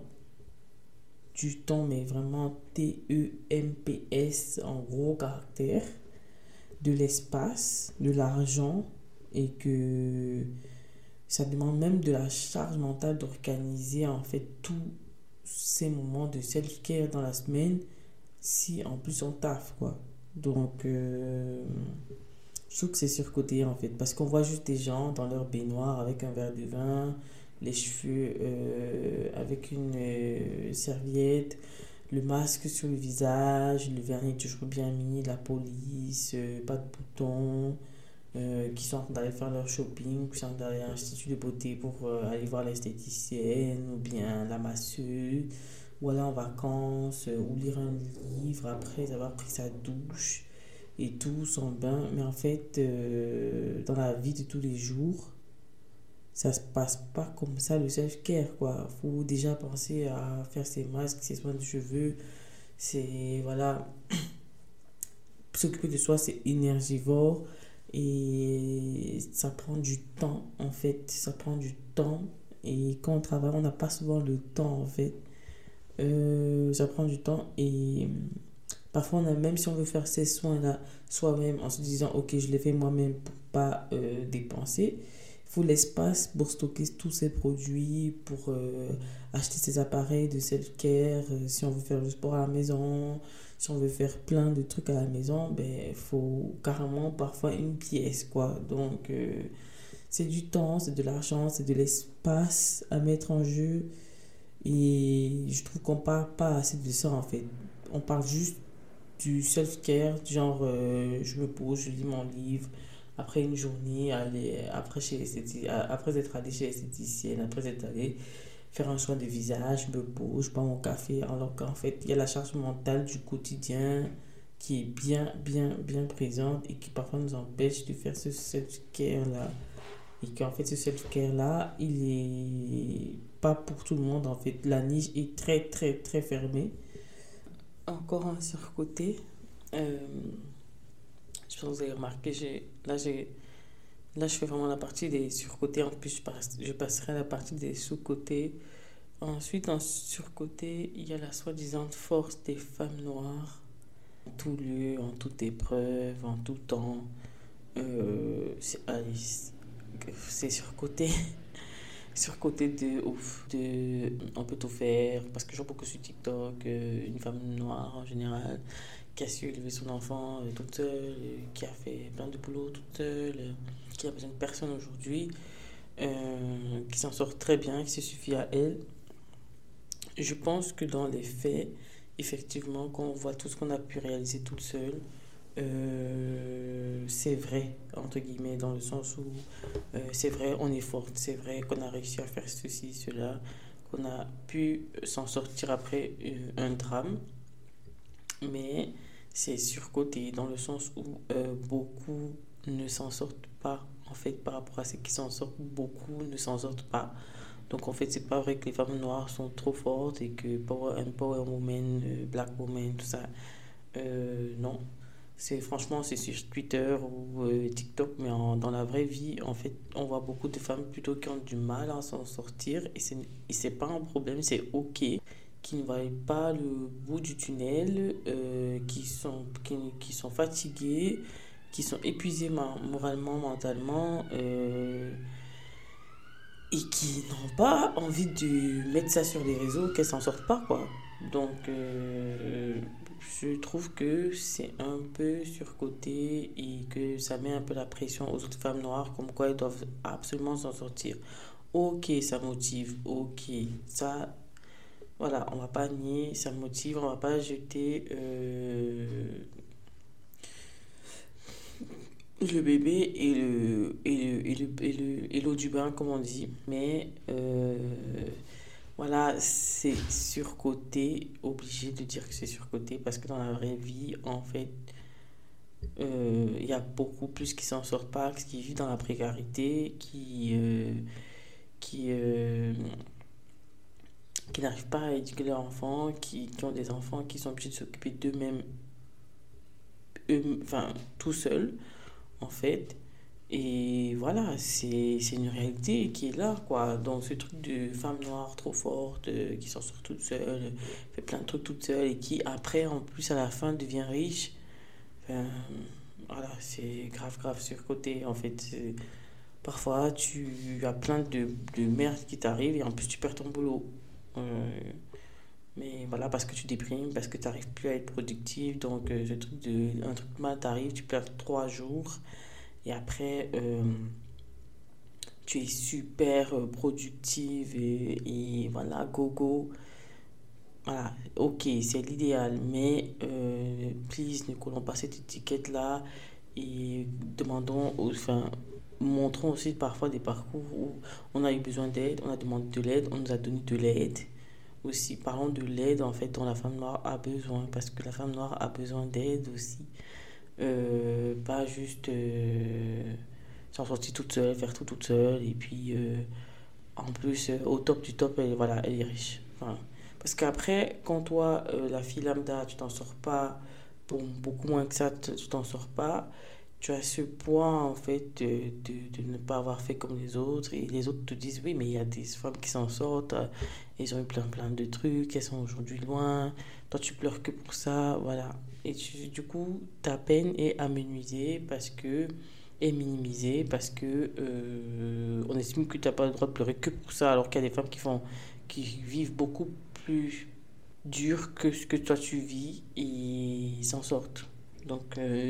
Du temps mais vraiment T E M P S en gros caractère. De l'espace, de l'argent et que ça demande même de la charge mentale d'organiser en fait tous ces moments de self-care dans la semaine si en plus on taffe quoi. Donc euh, je trouve que c'est surcoté en fait parce qu'on voit juste des gens dans leur baignoire avec un verre de vin, les cheveux euh, avec une euh, serviette, le masque sur le visage, le vernis toujours bien mis, la police, euh, pas de boutons, euh, qui sont en train d'aller faire leur shopping, qui sont en train d'aller à l'institut de beauté pour euh, aller voir l'esthéticienne ou bien la masseuse, ou aller en vacances, euh, ou lire un livre après avoir pris sa douche et tout, son bain. Mais en fait, euh, dans la vie de tous les jours, ça se passe pas comme ça le self-care quoi. Faut déjà penser à faire ses masques, ses soins de cheveux, c'est voilà, s'occuper de soi c'est énergivore et ça prend du temps en fait, ça prend du temps et quand on travaille on n'a pas souvent le temps en fait. Euh, ça prend du temps et parfois on a, même si on veut faire ces soins là soi-même en se disant ok je les fais moi-même pour pas euh, dépenser, il faut l'espace pour stocker tous ces produits, pour euh, acheter ces appareils de self-care, euh, si on veut faire le sport à la maison, si on veut faire plein de trucs à la maison, ben il faut carrément parfois une pièce quoi. Donc euh, c'est du temps, c'est de l'argent, c'est de l'espace à mettre en jeu et je trouve qu'on parle pas assez de ça en fait. On parle juste du self-care, genre euh, je me pose, je lis mon livre après une journée, aller, après, chez l'esthéti- après être allé chez l'esthéticienne, après être allé faire un soin de visage, je me pose, je bois mon café, alors qu'en fait il y a la charge mentale du quotidien qui est bien, bien, bien présente et qui parfois nous empêche de faire ce self-care là. Et qu'en fait ce self-care là, il est pas pour tout le monde en fait. La niche est très, très, très fermée. Encore un surcoté. Euh, je pense que vous avez remarqué, j'ai, là, j'ai, là, je fais vraiment la partie des surcotés. En plus, je, passe, je passerai à la partie des sous-cotés. Ensuite, en surcoté, il y a la soi-disant force des femmes noires. En tout lieu, en toute épreuve, en tout temps. Euh, c'est, allez, c'est surcoté. Surcoté de ouf. De, on peut tout faire. Parce que je vois beaucoup sur TikTok, euh, une femme noire en général qui a su élever son enfant euh, toute seule, euh, qui a fait plein de boulot toute seule, euh, qui a besoin de personne aujourd'hui, euh, qui s'en sort très bien, qui se suffit à elle. Je pense que dans les faits, effectivement, quand on voit tout ce qu'on a pu réaliser toute seule, euh, c'est vrai, entre guillemets, dans le sens où euh, c'est vrai, on est forte, c'est vrai qu'on a réussi à faire ceci, cela, qu'on a pu s'en sortir après euh, un drame, mais c'est surcoté dans le sens où euh, beaucoup ne s'en sortent pas. En fait, par rapport à ceux qui s'en sortent, beaucoup ne s'en sortent pas. Donc en fait, c'est pas vrai que les femmes noires sont trop fortes et que power, empower woman, euh, black woman, tout ça. Euh, non. C'est franchement, c'est sur Twitter ou euh, TikTok, mais en- dans la vraie vie, en fait, on voit beaucoup de femmes plutôt qui ont du mal à s'en sortir et c'est et c'est pas un problème, c'est ok, qui ne voient pas le bout du tunnel, euh, qui sont, qui, qui sont fatiguées, qui sont épuisées ma- moralement, mentalement, euh, et qui n'ont pas envie de mettre ça sur les réseaux, qu'elles s'en sortent pas, quoi. Donc, euh, je trouve que c'est un peu surcoté et que ça met un peu la pression aux autres femmes noires, comme quoi elles doivent absolument s'en sortir. Ok, ça motive, ok, ça, voilà, on va pas nier, ça motive, on va pas jeter euh, le bébé et le, et le, et le, et le- et l'eau du bain, comme on dit, mais euh, voilà, c'est surcoté, obligé de dire que c'est surcoté parce que dans la vraie vie, en fait, euh, il y a beaucoup plus qui s'en sortent pas, qui vivent dans la précarité, qui, euh, qui, euh, qui n'arrivent pas à éduquer leurs enfants, qui, qui ont des enfants qui sont obligés de s'occuper d'eux-mêmes, eux, enfin, tout seuls, en fait. Et voilà, c'est c'est une réalité qui est là, quoi. Donc, ce truc de femme noire trop forte, euh, qui s'en sort toute seule, fait plein de trucs toute seule et qui, après, en plus, à la fin, devient riche. Enfin, voilà, c'est grave, grave surcoté, en fait. C'est- Parfois, tu as plein de, de merde qui t'arrive et en plus, tu perds ton boulot. Euh, mais voilà, parce que tu déprimes, parce que tu n'arrives plus à être productif. Donc, euh, ce truc de, un truc mal t'arrive, tu perds trois jours. Et après, euh, tu es super euh, productive et, et voilà, go go. Voilà, ok, c'est l'idéal, mais euh, please, ne collons pas cette étiquette-là et demandons, aux- enfin, montrons aussi parfois des parcours où on a eu besoin d'aide, on a demandé de l'aide, on nous a donné de l'aide. Aussi, parlons de l'aide en fait dont la femme noire a besoin, parce que la femme noire a besoin d'aide aussi. Euh, pas juste euh, s'en sortir toute seule, faire tout toute seule, et puis euh, en plus, euh, au top du top, elle, voilà, elle est riche. Enfin, parce qu'après, quand toi, euh, la fille lambda, tu t'en sors pas, pour beaucoup moins que ça, tu tu t'en sors pas, tu as ce poids, en fait, de, de, de ne pas avoir fait comme les autres. Et les autres te disent, oui, mais il y a des femmes qui s'en sortent, euh, elles ont eu plein, plein de trucs, elles sont aujourd'hui loin. Toi, tu pleures que pour ça, voilà. Et tu- du coup, ta peine est amenuisée parce que est minimisée parce que euh, on estime que tu n'as pas le droit de pleurer que pour ça, alors qu'il y a des femmes qui font, qui vivent beaucoup plus dur que ce que toi tu vis et ils s'en sortent. Donc euh,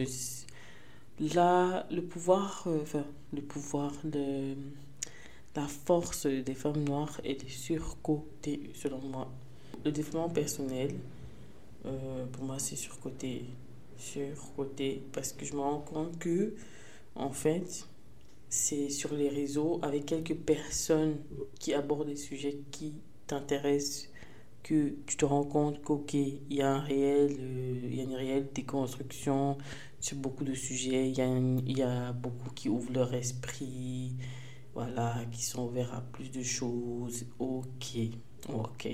là, le pouvoir, euh, enfin, le pouvoir de la force des femmes noires est surcotée selon moi. Le développement personnel, euh, pour moi, c'est surcoté. Surcoté parce que je me rends compte que, en fait, c'est sur les réseaux avec quelques personnes qui abordent des sujets qui t'intéressent que tu te rends compte qu'ok, il y a un réel, euh, il y a une réelle déconstruction sur beaucoup de sujets, il y a, un- il y a beaucoup qui ouvrent leur esprit, voilà, qui sont ouverts à plus de choses, ok, ok.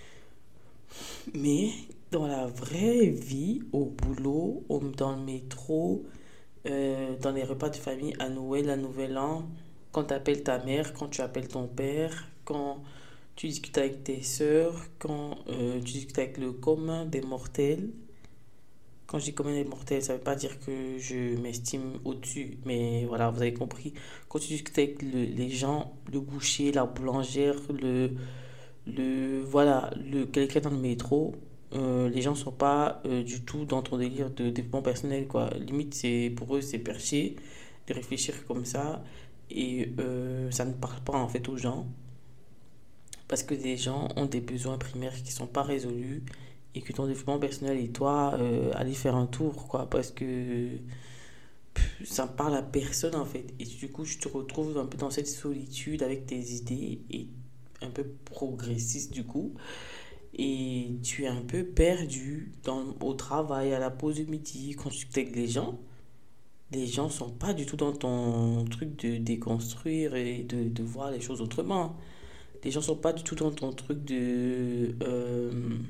Mais dans la vraie vie, au boulot, au- dans le métro, euh, dans les repas de famille, à Noël, à Nouvel An, quand tu appelles ta mère, quand tu appelles ton père, quand tu discutes avec tes sœurs, quand euh, tu discutes avec le commun des mortels. Quand je dis commun des mortels, ça ne veut pas dire que je m'estime au-dessus, mais voilà, vous avez compris. Quand tu discutes avec le- les gens, le boucher, la boulangère, le, le, voilà, le, quelqu'un dans le métro, euh, les gens sont pas euh, du tout dans ton délire de développement personnel, quoi. Limite, c'est, pour eux, c'est perché de réfléchir comme ça et euh, ça ne parle pas en fait aux gens parce que les gens ont des besoins primaires qui sont pas résolus et que ton développement personnel et toi, euh, allez faire un tour, quoi, parce que pff, ça parle à personne en fait. Et du coup, je te retrouve un peu dans cette solitude avec tes idées et un peu progressiste du coup. Et tu es un peu perdu dans, au travail, à la pause de midi, quand tu discutes avec les gens. Les gens sont pas du tout dans ton truc de déconstruire et de, de voir les choses autrement. Les gens sont pas du tout dans ton truc de euh,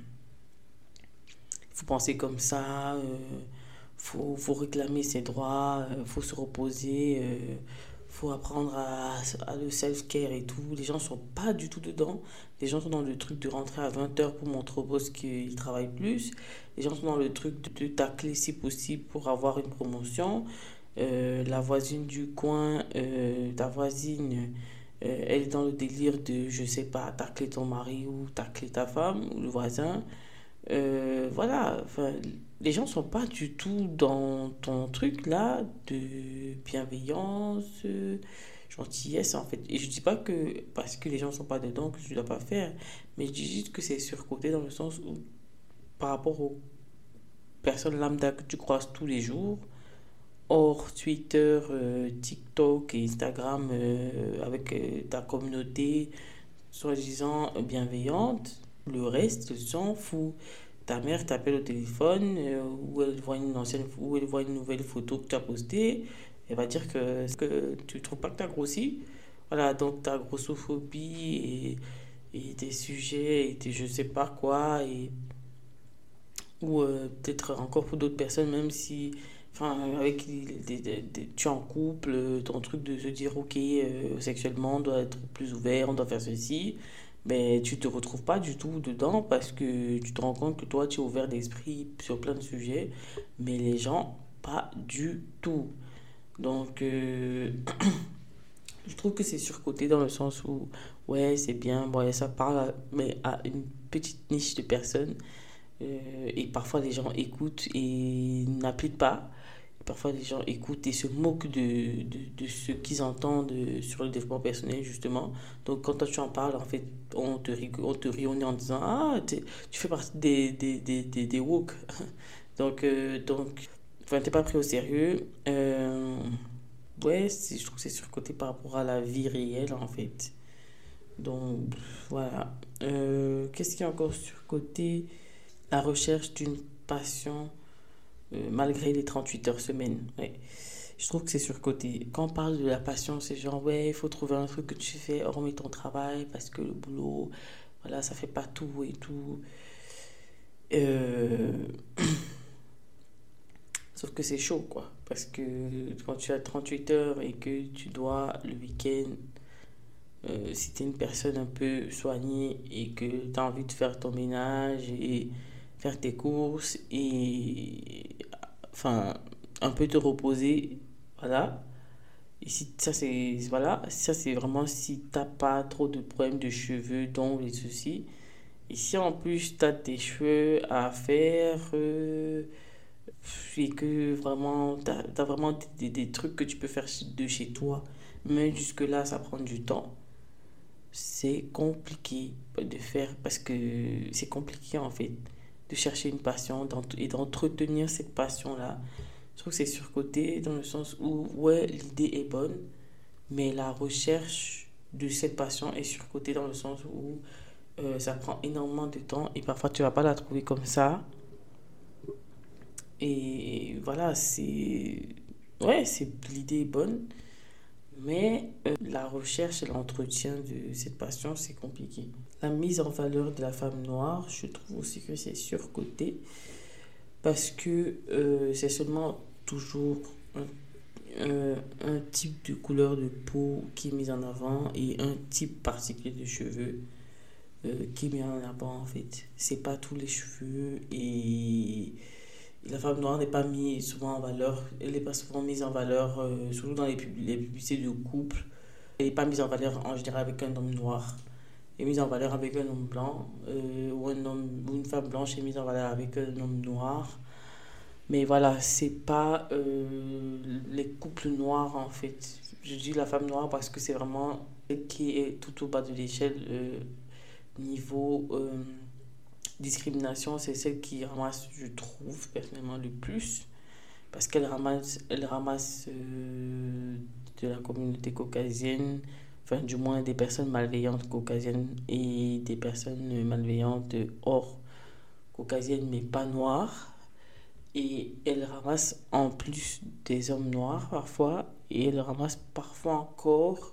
faut penser comme ça, euh, faut, faut réclamer ses droits, euh, faut se reposer, euh, faut apprendre à, à le self-care et tout. Les gens sont pas du tout dedans. Les gens sont dans le truc de rentrer à vingt heures pour montrer au boss qu'ils travaillent plus. Les gens sont dans le truc de, de tacler si possible pour avoir une promotion. Euh, la voisine du coin, euh, ta voisine, euh, elle est dans le délire de, je sais pas, tacler ton mari ou tacler ta femme ou le voisin. Euh, voilà, enfin, les gens sont pas du tout dans ton truc là de bienveillance, euh, gentillesse en fait. Et je dis pas que parce que les gens sont pas dedans que tu dois pas faire, mais je dis juste que c'est surcoté dans le sens où par rapport aux personnes lambda que tu croises tous les jours, hors Twitter, euh, TikTok et Instagram euh, avec euh, ta communauté soi-disant bienveillante, le reste s'en fout. Ta mère t'appelle au téléphone euh, ou elle voit une ancienne ou elle voit une nouvelle photo que tu as postée, elle va dire que, que tu trouves pas que tu as grossi. Voilà, donc ta grossophobie et, et tes sujets et tes je sais pas quoi et ou euh, peut-être encore pour d'autres personnes même si enfin avec les- des- des- des- tu es en couple euh, ton truc de se dire ok euh, sexuellement on doit être plus ouvert on doit faire ceci mais tu te retrouves pas du tout dedans parce que tu te rends compte que toi tu es ouvert d'esprit sur plein de sujets mais les gens pas du tout donc euh, je trouve que c'est surcoté dans le sens où ouais c'est bien ouais ça parle à- mais à une petite niche de personnes euh, et parfois les gens écoutent et n'appliquent pas. Parfois les gens écoutent et se moquent de, de, de ce qu'ils entendent euh, sur le développement personnel justement. Donc quand toi tu en parles, en fait, on te rit, on te rit au nez en disant ah t'es- tu fais partie des, des, des, des, des woke. Donc, euh, donc enfin, t'es pas pris au sérieux. Euh, ouais, c'est- je trouve que c'est surcoté par rapport à la vie réelle en fait. Donc voilà. Euh, qu'est-ce qui est encore surcoté? La recherche d'une passion euh, malgré les trente-huit heures semaine. Ouais. Je trouve que c'est surcoté. Quand on parle de la passion, c'est genre, ouais, il faut trouver un truc que tu fais hormis ton travail parce que le boulot, voilà, ça fait pas tout et tout. Euh, Sauf que c'est chaud, quoi. Parce que quand tu as trente-huit heures et que tu dois le week-end, euh, si tu es une personne un peu soignée et que tu as envie de faire ton ménage et faire tes courses et enfin un peu te reposer, voilà. Et si ça c'est voilà, ça c'est vraiment si t'as pas trop de problèmes de cheveux, d'ongles et ceci. Et si en plus t'as tes cheveux à faire euh, et que vraiment t'as, t'as vraiment des, des- des trucs que tu peux faire de chez toi, mais jusque là ça prend du temps. C'est compliqué de faire parce que c'est compliqué en fait de chercher une passion d'ent- et d'entretenir cette passion-là. Je trouve que c'est surcoté dans le sens où, ouais, l'idée est bonne, mais la recherche de cette passion est surcotée dans le sens où euh, ça prend énormément de temps et parfois tu vas pas la trouver comme ça. Et voilà, c'est... Ouais, c'est... l'idée est bonne, mais euh, la recherche et l'entretien de cette passion, c'est compliqué. La mise en valeur de la femme noire, je trouve aussi que c'est surcoté parce que euh, c'est seulement toujours un, un- un type de couleur de peau qui est mis en avant et un type particulier de cheveux euh, qui est mis en avant en fait. C'est pas tous les cheveux et la femme noire n'est pas mise souvent en valeur. Elle n'est pas souvent mise en valeur, euh, surtout dans les, pub- les publicités de couple. Elle n'est pas mise en valeur en général avec un homme noir. est mise en valeur avec un homme blanc, euh, ou un homme ou une femme blanche est mise en valeur avec un homme noir. Mais voilà, c'est pas euh, les couples noirs en fait. Je dis la femme noire parce que c'est vraiment celle qui est tout au bas de l'échelle euh, niveau euh, discrimination. C'est celle qui ramasse, je trouve personnellement, le plus. Parce qu'elle ramasse, elle ramasse euh, de la communauté caucasienne, enfin du moins des personnes malveillantes caucasiennes et des personnes malveillantes hors caucasiennes mais pas noires. Et elle ramasse en plus des hommes noirs parfois, et elle ramasse parfois encore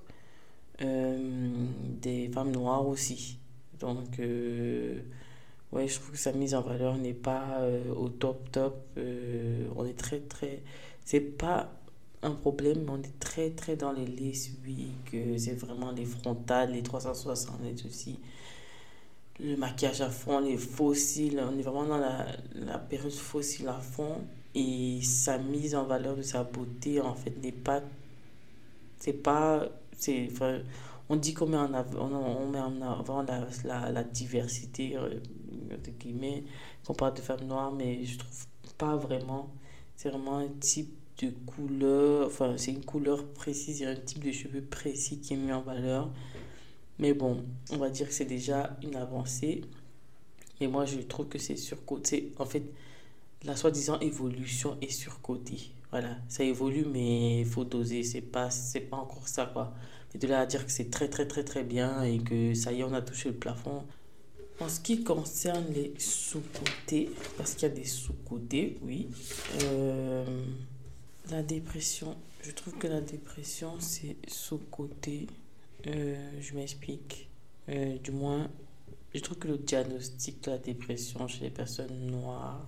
euh, des femmes noires aussi. Donc, euh, ouais, je trouve que sa mise en valeur n'est pas euh, au top top. Euh, on est très très. C'est pas un problème, mais on est très très dans les listes, oui, que c'est vraiment les frontales, les trois cent soixante et aussi le maquillage à fond, les fossiles, on est vraiment dans la, la période fossile à fond et sa mise en valeur de sa beauté en fait n'est pas, c'est pas, c'est, enfin, on dit qu'on met en avant, on, on met en avant la, la, la diversité, euh, entre guillemets, qu'on parle de femmes noires, mais je trouve pas vraiment, c'est vraiment un type de couleur, enfin c'est une couleur précise, il y a un type de cheveux précis qui est mis en valeur. Mais bon, on va dire que c'est déjà une avancée. Mais moi, je trouve que c'est surcoté. En fait, la soi-disant évolution est surcotée. Voilà, ça évolue, mais il faut doser. C'est pas, c'est pas encore ça, quoi. Mais de là à dire que c'est très, très, très, très bien et que ça y est, on a touché le plafond. En ce qui concerne les sous-cotés, parce qu'il y a des sous-cotés, oui. Euh, la dépression. Je trouve que la dépression, c'est sous-coté. Euh, je m'explique. Euh, du moins, je trouve que le diagnostic de la dépression chez les personnes noires,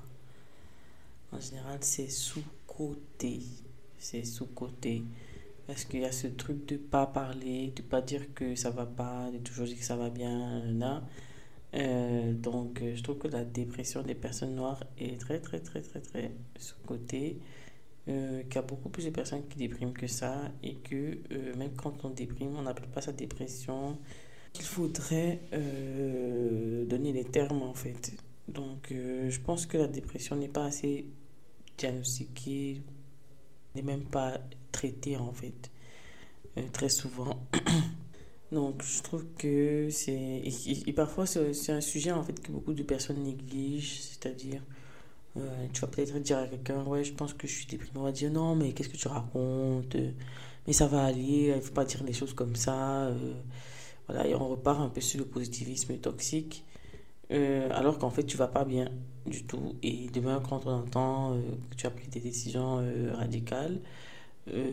en général, c'est sous-coté. C'est sous-coté. Parce qu'il y a ce truc de pas parler, de pas dire que ça va pas, de toujours dire que ça va bien, là. Euh, donc, euh, je trouve que la dépression des personnes noires est très, très, très, très, très sous-coté. Euh, qu'il y a beaucoup plus de personnes qui dépriment que ça et que euh, même quand on déprime, on n'appelle pas ça dépression. Il faudrait euh, donner les termes en fait. Donc, euh, je pense que la dépression n'est pas assez diagnostiquée, n'est même pas traitée en fait, euh, très souvent. Donc, je trouve que c'est. Et, et- et parfois, c'est c'est un sujet en fait que beaucoup de personnes négligent, c'est-à-dire, euh, tu vas peut-être dire à quelqu'un, ouais, je pense que je suis déprimé. On va dire, non, mais qu'est-ce que tu racontes? Mais ça va aller, il ne faut pas dire les choses comme ça. euh, voilà, et on repart un peu sur le positivisme toxique. Euh, alors qu'en fait, tu vas pas bien du tout. Et demain, quand on entend euh, que tu as pris des décisions euh, radicales, euh,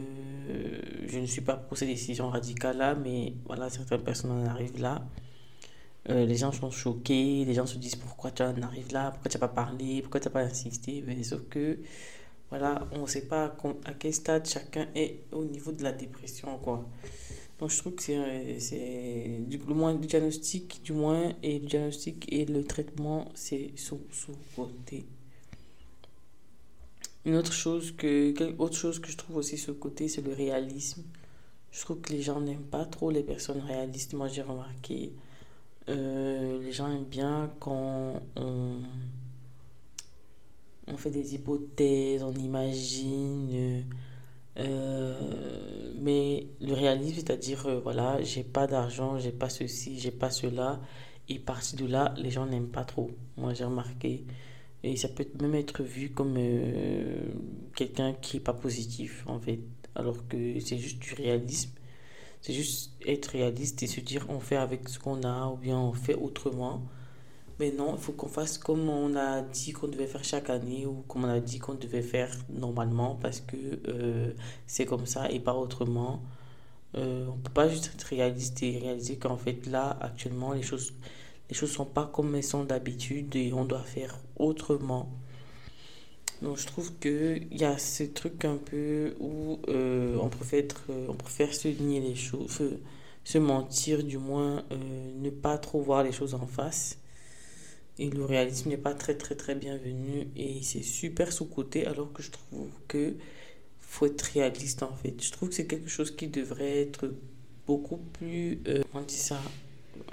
je ne suis pas pour ces décisions radicales-là, mais voilà, certaines personnes en arrivent là. Euh, les gens sont choqués, les gens se disent pourquoi tu en arrives là, pourquoi tu n'as pas parlé, pourquoi tu n'as pas insisté. Mais sauf que, voilà, on ne sait pas à, com- à quel stade chacun est au niveau de la dépression, quoi. Donc je trouve que c'est, euh, c'est du, le moins, du diagnostic, du moins, et le diagnostic et le traitement, c'est sous, sous côté. Une autre chose que, quelle autre chose que je trouve aussi sous côté, c'est le réalisme. Je trouve que les gens n'aiment pas trop les personnes réalistes. Moi, j'ai remarqué, euh, les gens aiment bien quand on, on fait des hypothèses, on imagine. Euh, mais le réalisme, c'est-à-dire, euh, voilà, j'ai pas d'argent, j'ai pas ceci, j'ai pas cela. Et partir de là, les gens n'aiment pas trop. Moi, j'ai remarqué. Et ça peut même être vu comme euh, quelqu'un qui est pas positif, en fait. Alors que c'est juste du réalisme. C'est juste être réaliste et se dire on fait avec ce qu'on a ou bien on fait autrement. Mais non, il faut qu'on fasse comme on a dit qu'on devait faire chaque année ou comme on a dit qu'on devait faire normalement parce que euh, c'est comme ça et pas autrement. Euh, on peut pas juste être réaliste et réaliser qu'en fait là, actuellement, les choses les choses sont pas comme elles sont d'habitude et on doit faire autrement. Donc je trouve qu'il y a ce truc un peu où euh, on préfère être, euh, on préfère se nier les choses, se, se mentir du moins, euh, ne pas trop voir les choses en face. Et le réalisme n'est pas très très très bienvenu et c'est super sous-coté alors que je trouve que faut être réaliste en fait. Je trouve que c'est quelque chose qui devrait être beaucoup plus, euh, on dit ça,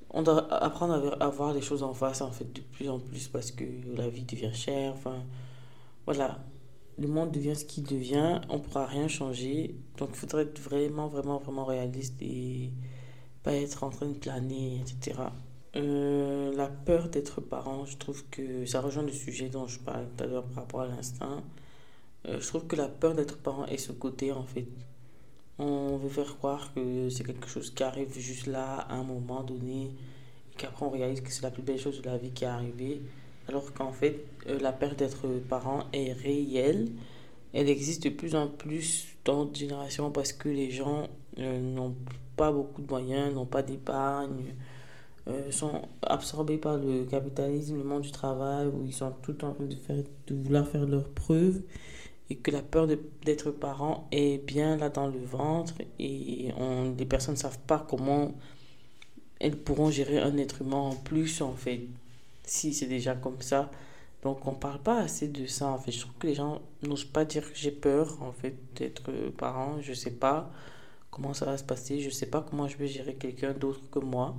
On doit apprendre à ver- à voir les choses en face, en fait, de plus en plus parce que la vie devient chère. Enfin, voilà. Le monde devient ce qu'il devient. On ne pourra rien changer. Donc, il faudrait être vraiment, vraiment, vraiment réaliste et pas être en train de planer, et cetera. Euh, la peur d'être parent, je trouve que ça rejoint le sujet dont je parlais tout à l'heure par rapport à l'instinct. Euh, je trouve que la peur d'être parent est ce côté, en fait. On veut faire croire que c'est quelque chose qui arrive juste là, à un moment donné, et qu'après on réalise que c'est la plus belle chose de la vie qui est arrivée, alors qu'en fait, euh, la peur d'être parent est réelle. Elle existe de plus en plus dans notre génération parce que les gens euh, n'ont pas beaucoup de moyens, n'ont pas d'épargne, euh, sont absorbés par le capitalisme, le monde du travail, où ils sont tout le temps en train de, faire, de vouloir faire leurs preuves et que la peur de- d'être parent est bien là dans le ventre et on, les personnes ne savent pas comment elles pourront gérer un être humain en plus en fait, si c'est déjà comme ça. Donc on parle pas assez de ça en fait. Je trouve que les gens n'osent pas dire que j'ai peur en fait d'être parent. Je sais pas comment ça va se passer. Je sais pas comment je vais gérer quelqu'un d'autre que moi.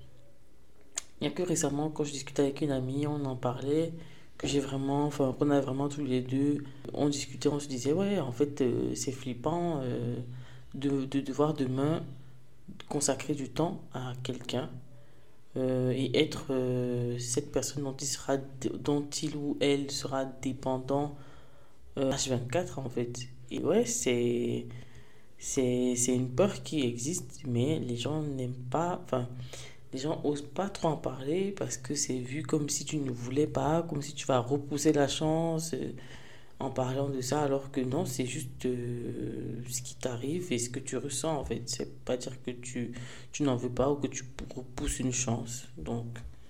Il n'y a que récemment, quand je discutais avec une amie, on en parlait, que j'ai vraiment, enfin, qu'on a vraiment tous les deux, on discutait, on se disait, ouais, en fait, euh, c'est flippant euh, de, de devoir demain consacrer du temps à quelqu'un euh, et être euh, cette personne dont il sera, dont il ou elle sera dépendant euh, H vingt-quatre, en fait. Et ouais, c'est, c'est, c'est une peur qui existe, mais les gens n'aiment pas, enfin, les gens osent pas trop en parler parce que c'est vu comme si tu ne voulais pas, comme si tu vas repousser la chance euh, en parlant de ça, alors que non, c'est juste euh, ce qui t'arrive et ce que tu ressens en fait. C'est pas dire que tu, tu n'en veux pas ou que tu repousses une chance. Donc,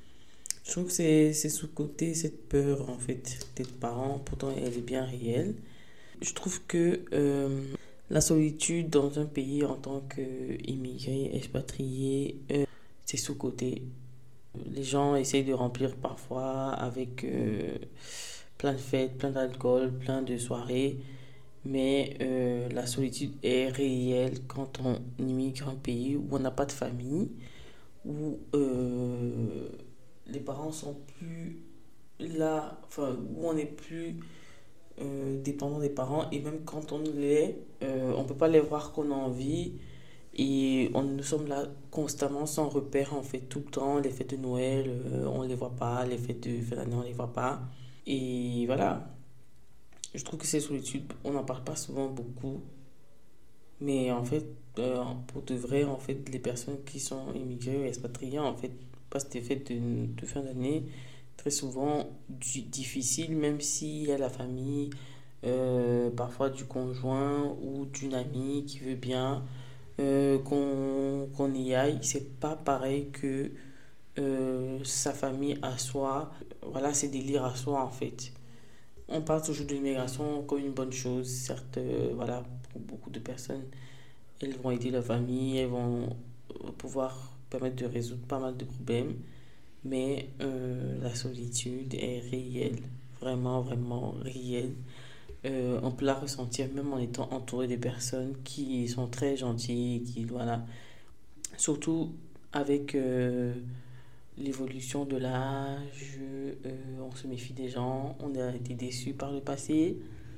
je trouve que c'est c'est sous-côté cette peur en fait d'être parent, pourtant elle est bien réelle. Je trouve que euh, la solitude dans un pays en tant qu'immigré, expatrié, euh, c'est sous-côté. Les gens essayent de remplir parfois avec euh, plein de fêtes, plein d'alcool, plein de soirées, mais euh, la solitude est réelle quand on immigre un pays où on n'a pas de famille, où euh, les parents sont plus là, enfin, où on n'est plus euh, dépendant des parents, et même quand on l'est, euh, on ne peut pas les voir qu'on a envie. Et on, nous sommes là constamment sans repère, en fait, tout le temps. Les fêtes de Noël, euh, on ne les voit pas. Les fêtes de fin d'année, on ne les voit pas. Et voilà, je trouve que ces solitudes, on n'en parle pas souvent beaucoup. Mais en fait, euh, pour de vrai, en fait, les personnes qui sont immigrées ou expatriées, en fait, passent des fêtes de, de fin d'année très souvent du- difficiles, même s'il y a la famille, euh, parfois du conjoint ou d'une amie qui veut bien euh, qu'on qu'on y aille. C'est pas pareil que euh, sa famille à soi. Voilà, c'est délire à soi en fait. On parle toujours de l'immigration comme une bonne chose. Certes, euh, voilà, pour beaucoup de personnes, elles vont aider la famille, elles vont euh, pouvoir permettre de résoudre pas mal de problèmes. Mais euh, la solitude est réelle, vraiment, vraiment réelle. Euh, on peut la ressentir même en étant entouré de personnes qui sont très gentilles, qui, voilà. Surtout avec euh, l'évolution de l'âge, euh, on se méfie des gens, on a été déçus par le passé.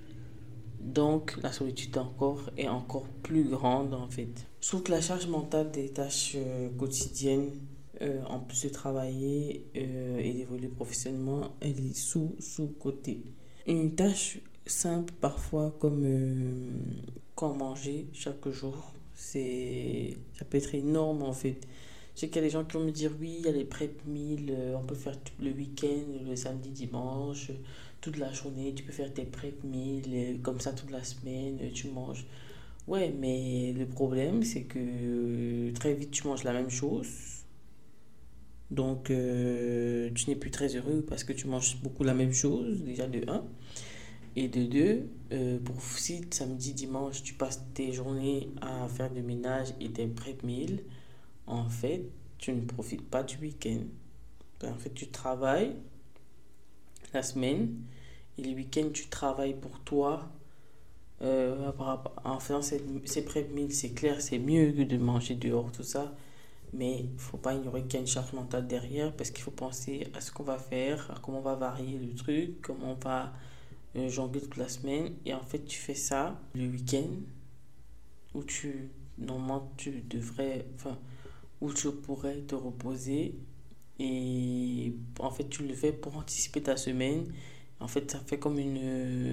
Donc la solitude encore est encore plus grande en fait. Je trouve que la charge mentale des tâches euh, quotidiennes, euh, en plus de travailler euh, et d'évoluer professionnellement, elle est sous, sous-cotée. Une tâche simple parfois comme euh, quoi manger chaque jour, c'est, ça peut être énorme en fait. Je sais qu'il y a des gens qui vont me dire oui, il y a les prep meals, euh, on peut faire tout le week-end, le samedi, dimanche, toute la journée, tu peux faire tes prep meals, euh, comme ça toute la semaine, euh, tu manges. Ouais, mais le problème c'est que euh, très vite tu manges la même chose. Donc euh, tu n'es plus très heureux parce que tu manges beaucoup la même chose, déjà de un. Et de deux, euh, pour si samedi, dimanche, tu passes tes journées à faire du ménage et tes prep meals, en fait, tu ne profites pas du week-end. En fait, tu travailles la semaine et le week-end, tu travailles pour toi. Euh, par rapport- en faisant ces, ces prep meals, c'est clair, c'est mieux que de manger dehors, tout ça. Mais il ne faut pas ignorer qu'il y a une charge mentale derrière parce qu'il faut penser à ce qu'on va faire, à comment on va varier le truc, comment on va euh, jongler toute la semaine. Et en fait, tu fais ça le week-end où tu, normalement, tu devrais, enfin, où tu pourrais te reposer. Et en fait, tu le fais pour anticiper ta semaine. En fait, ça fait comme une,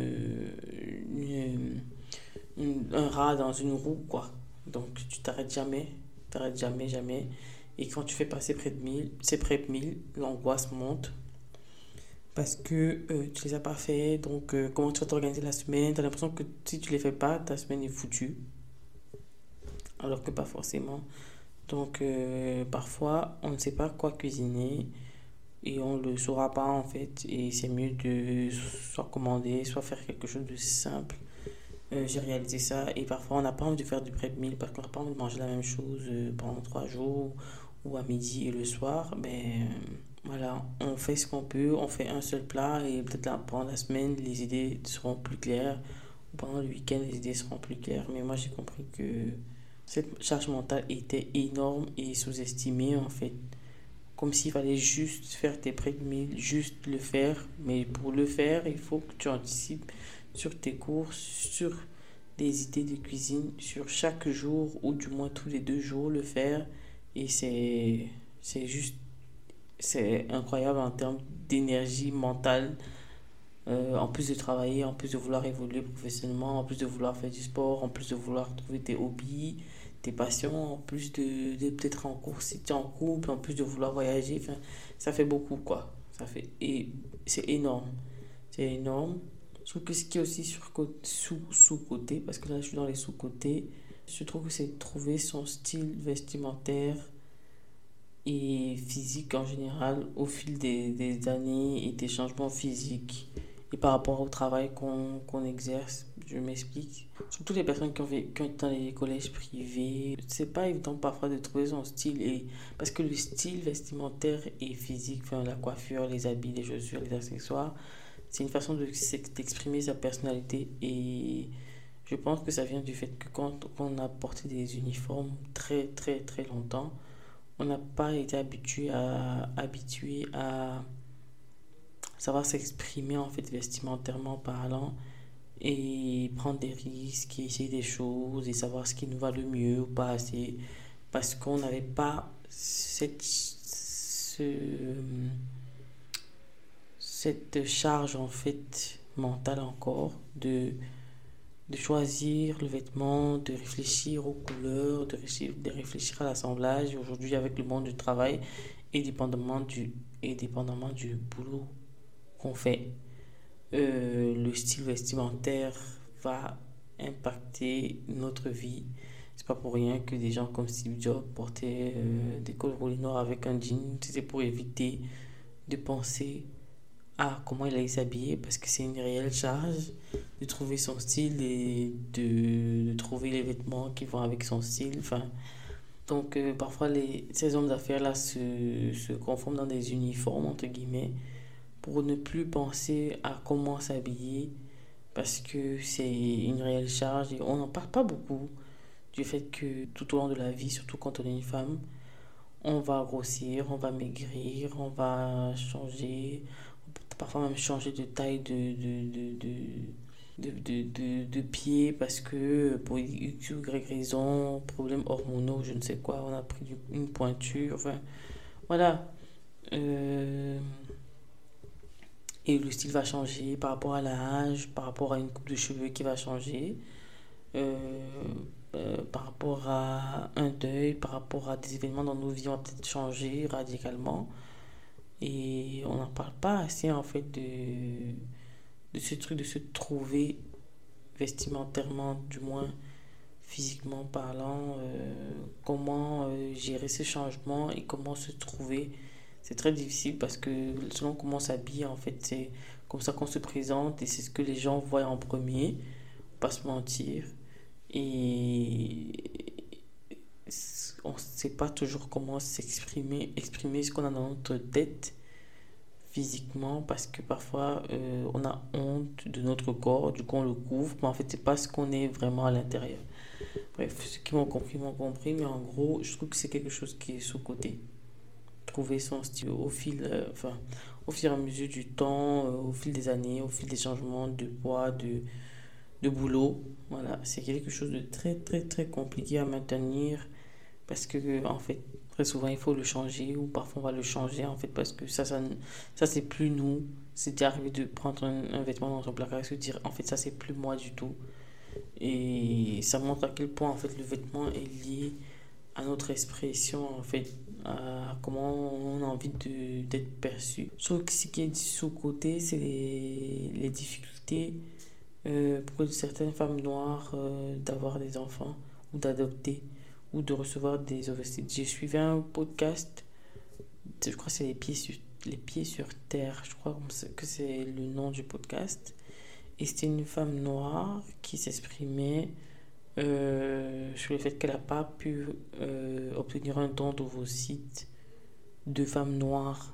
une- une- un rat dans une roue, quoi. Donc, tu t'arrêtes jamais. T'arrêtes jamais, jamais. Et quand tu fais passer près de mille c'est près de mille l'angoisse monte. Parce que euh, tu les as pas fait. Donc, euh, comment tu vas t'organiser la semaine? Tu as l'impression que si tu les fais pas, ta semaine est foutue. Alors que pas forcément. Donc, euh, parfois, on ne sait pas quoi cuisiner. Et on le saura pas en fait. Et c'est mieux de soit commander, soit faire quelque chose de simple. Euh, j'ai réalisé ça et parfois on n'a pas envie de faire du prep meal parce qu'on n'a pas envie de manger la même chose euh, pendant trois jours ou à midi et le soir. Ben euh, voilà, on fait ce qu'on peut, on fait un seul plat et peut-être là, pendant la semaine les idées seront plus claires ou pendant le week-end les idées seront plus claires. Mais moi j'ai compris que cette charge mentale était énorme et sous-estimée en fait. Comme s'il fallait juste faire tes prep meals, juste le faire. Mais pour le faire, il faut que tu anticipes sur tes courses, sur des idées de cuisine, sur chaque jour ou du moins tous les deux jours le faire. Et c'est, c'est juste, c'est incroyable en termes d'énergie mentale. Euh, en plus de travailler, en plus de vouloir évoluer professionnellement, en plus de vouloir faire du sport, en plus de vouloir trouver tes hobbies, tes passions, en plus de, de peut-être en cours si tu es en couple, en plus de vouloir voyager, enfin, ça fait beaucoup quoi. Ça fait, et c'est énorme. C'est énorme. Je trouve que ce qui est aussi sur, sous, sous-côté, parce que là je suis dans les sous-côtés, je trouve que c'est trouver son style vestimentaire et physique en général au fil des, des années et des changements physiques et par rapport au travail qu'on qu'on exerce. Je m'explique. Surtout les personnes qui ont, fait, qui ont été dans les collèges privés, c'est pas évident parfois de trouver son style et parce que le style vestimentaire et physique, enfin, la coiffure, les habits, les chaussures, les accessoires, c'est une façon de d'exprimer sa personnalité et je pense que ça vient du fait que quand on a porté des uniformes très très très longtemps, on n'a pas été habitué à, habitué à savoir s'exprimer en fait vestimentairement parlant et prendre des risques et essayer des choses et savoir ce qui nous va le mieux ou pas assez parce qu'on n'avait pas cette, ce, cette charge en fait mentale encore de de choisir le vêtement, de réfléchir aux couleurs, de réfléchir, de réfléchir à l'assemblage. Aujourd'hui, avec le monde du travail, et dépendamment du, et dépendamment du boulot qu'on fait, euh, le style vestimentaire va impacter notre vie. C'est pas pour rien que des gens comme Steve Jobs portaient euh, des cols roulés noirs avec un jean. C'était pour éviter de penser à comment il allait s'habiller parce que c'est une réelle charge de trouver son style et de, de trouver les vêtements qui vont avec son style. Enfin, donc euh, parfois les, ces hommes d'affaires là se, se conforment dans des uniformes entre guillemets pour ne plus penser à comment s'habiller parce que c'est une réelle charge et on n'en parle pas beaucoup du fait que tout au long de la vie, surtout quand on est une femme, on va grossir, on va maigrir, on va changer, on peut parfois même changer de taille de, de, de, de, de, de, de, de pied parce que pour X ou Y raison, problème hormonaux, je ne sais quoi, on a pris une pointure, enfin voilà. Euh, et le style va changer par rapport à l'âge, par rapport à une coupe de cheveux qui va changer. Euh, euh, par rapport à un deuil, par rapport à des événements dans nos vies, on va peut-être changer radicalement. Et on n'en parle pas assez en fait de, de ce truc de se trouver vestimentairement, du moins physiquement parlant, euh, comment euh, gérer ce changement et comment se trouver. C'est très difficile parce que selon comment on s'habille, en fait, c'est comme ça qu'on se présente et c'est ce que les gens voient en premier, pas se mentir. Et on ne sait pas toujours comment s'exprimer, exprimer ce qu'on a dans notre tête physiquement parce que parfois euh, on a honte de notre corps, du coup on le couvre, mais en fait c'est pas ce qu'on est vraiment à l'intérieur. Bref, ceux qui m'ont compris m'ont compris, mais en gros, je trouve que c'est quelque chose qui est sous-coté. Trouver son style au fil, euh, enfin, au fur et à mesure du temps, euh, au fil des années, au fil des changements de poids, de, de boulot. Voilà, c'est quelque chose de très, très, très compliqué à maintenir parce que, en fait, très souvent, il faut le changer ou parfois on va le changer, en fait, parce que ça, ça, ne- ça c'est plus nous. C'est déjà arrivé de prendre un, un vêtement dans son placard et se dire, en fait, ça, c'est plus moi du tout. Et ça montre à quel point, en fait, le vêtement est lié à notre expression, en fait, à comment on a envie de, d'être perçu. Sauf que ce qui est sous-côté, c'est les, les difficultés euh, pour certaines femmes noires euh, d'avoir des enfants ou d'adopter ou de recevoir des ovocytes. J'ai suivi un podcast, je crois que c'est les pieds sur, les pieds sur terre, je crois que c'est le nom du podcast. Et c'était une femme noire qui s'exprimait euh, sur le fait qu'elle n'a pas pu euh, obtenir un don d'ovocytes de femme noire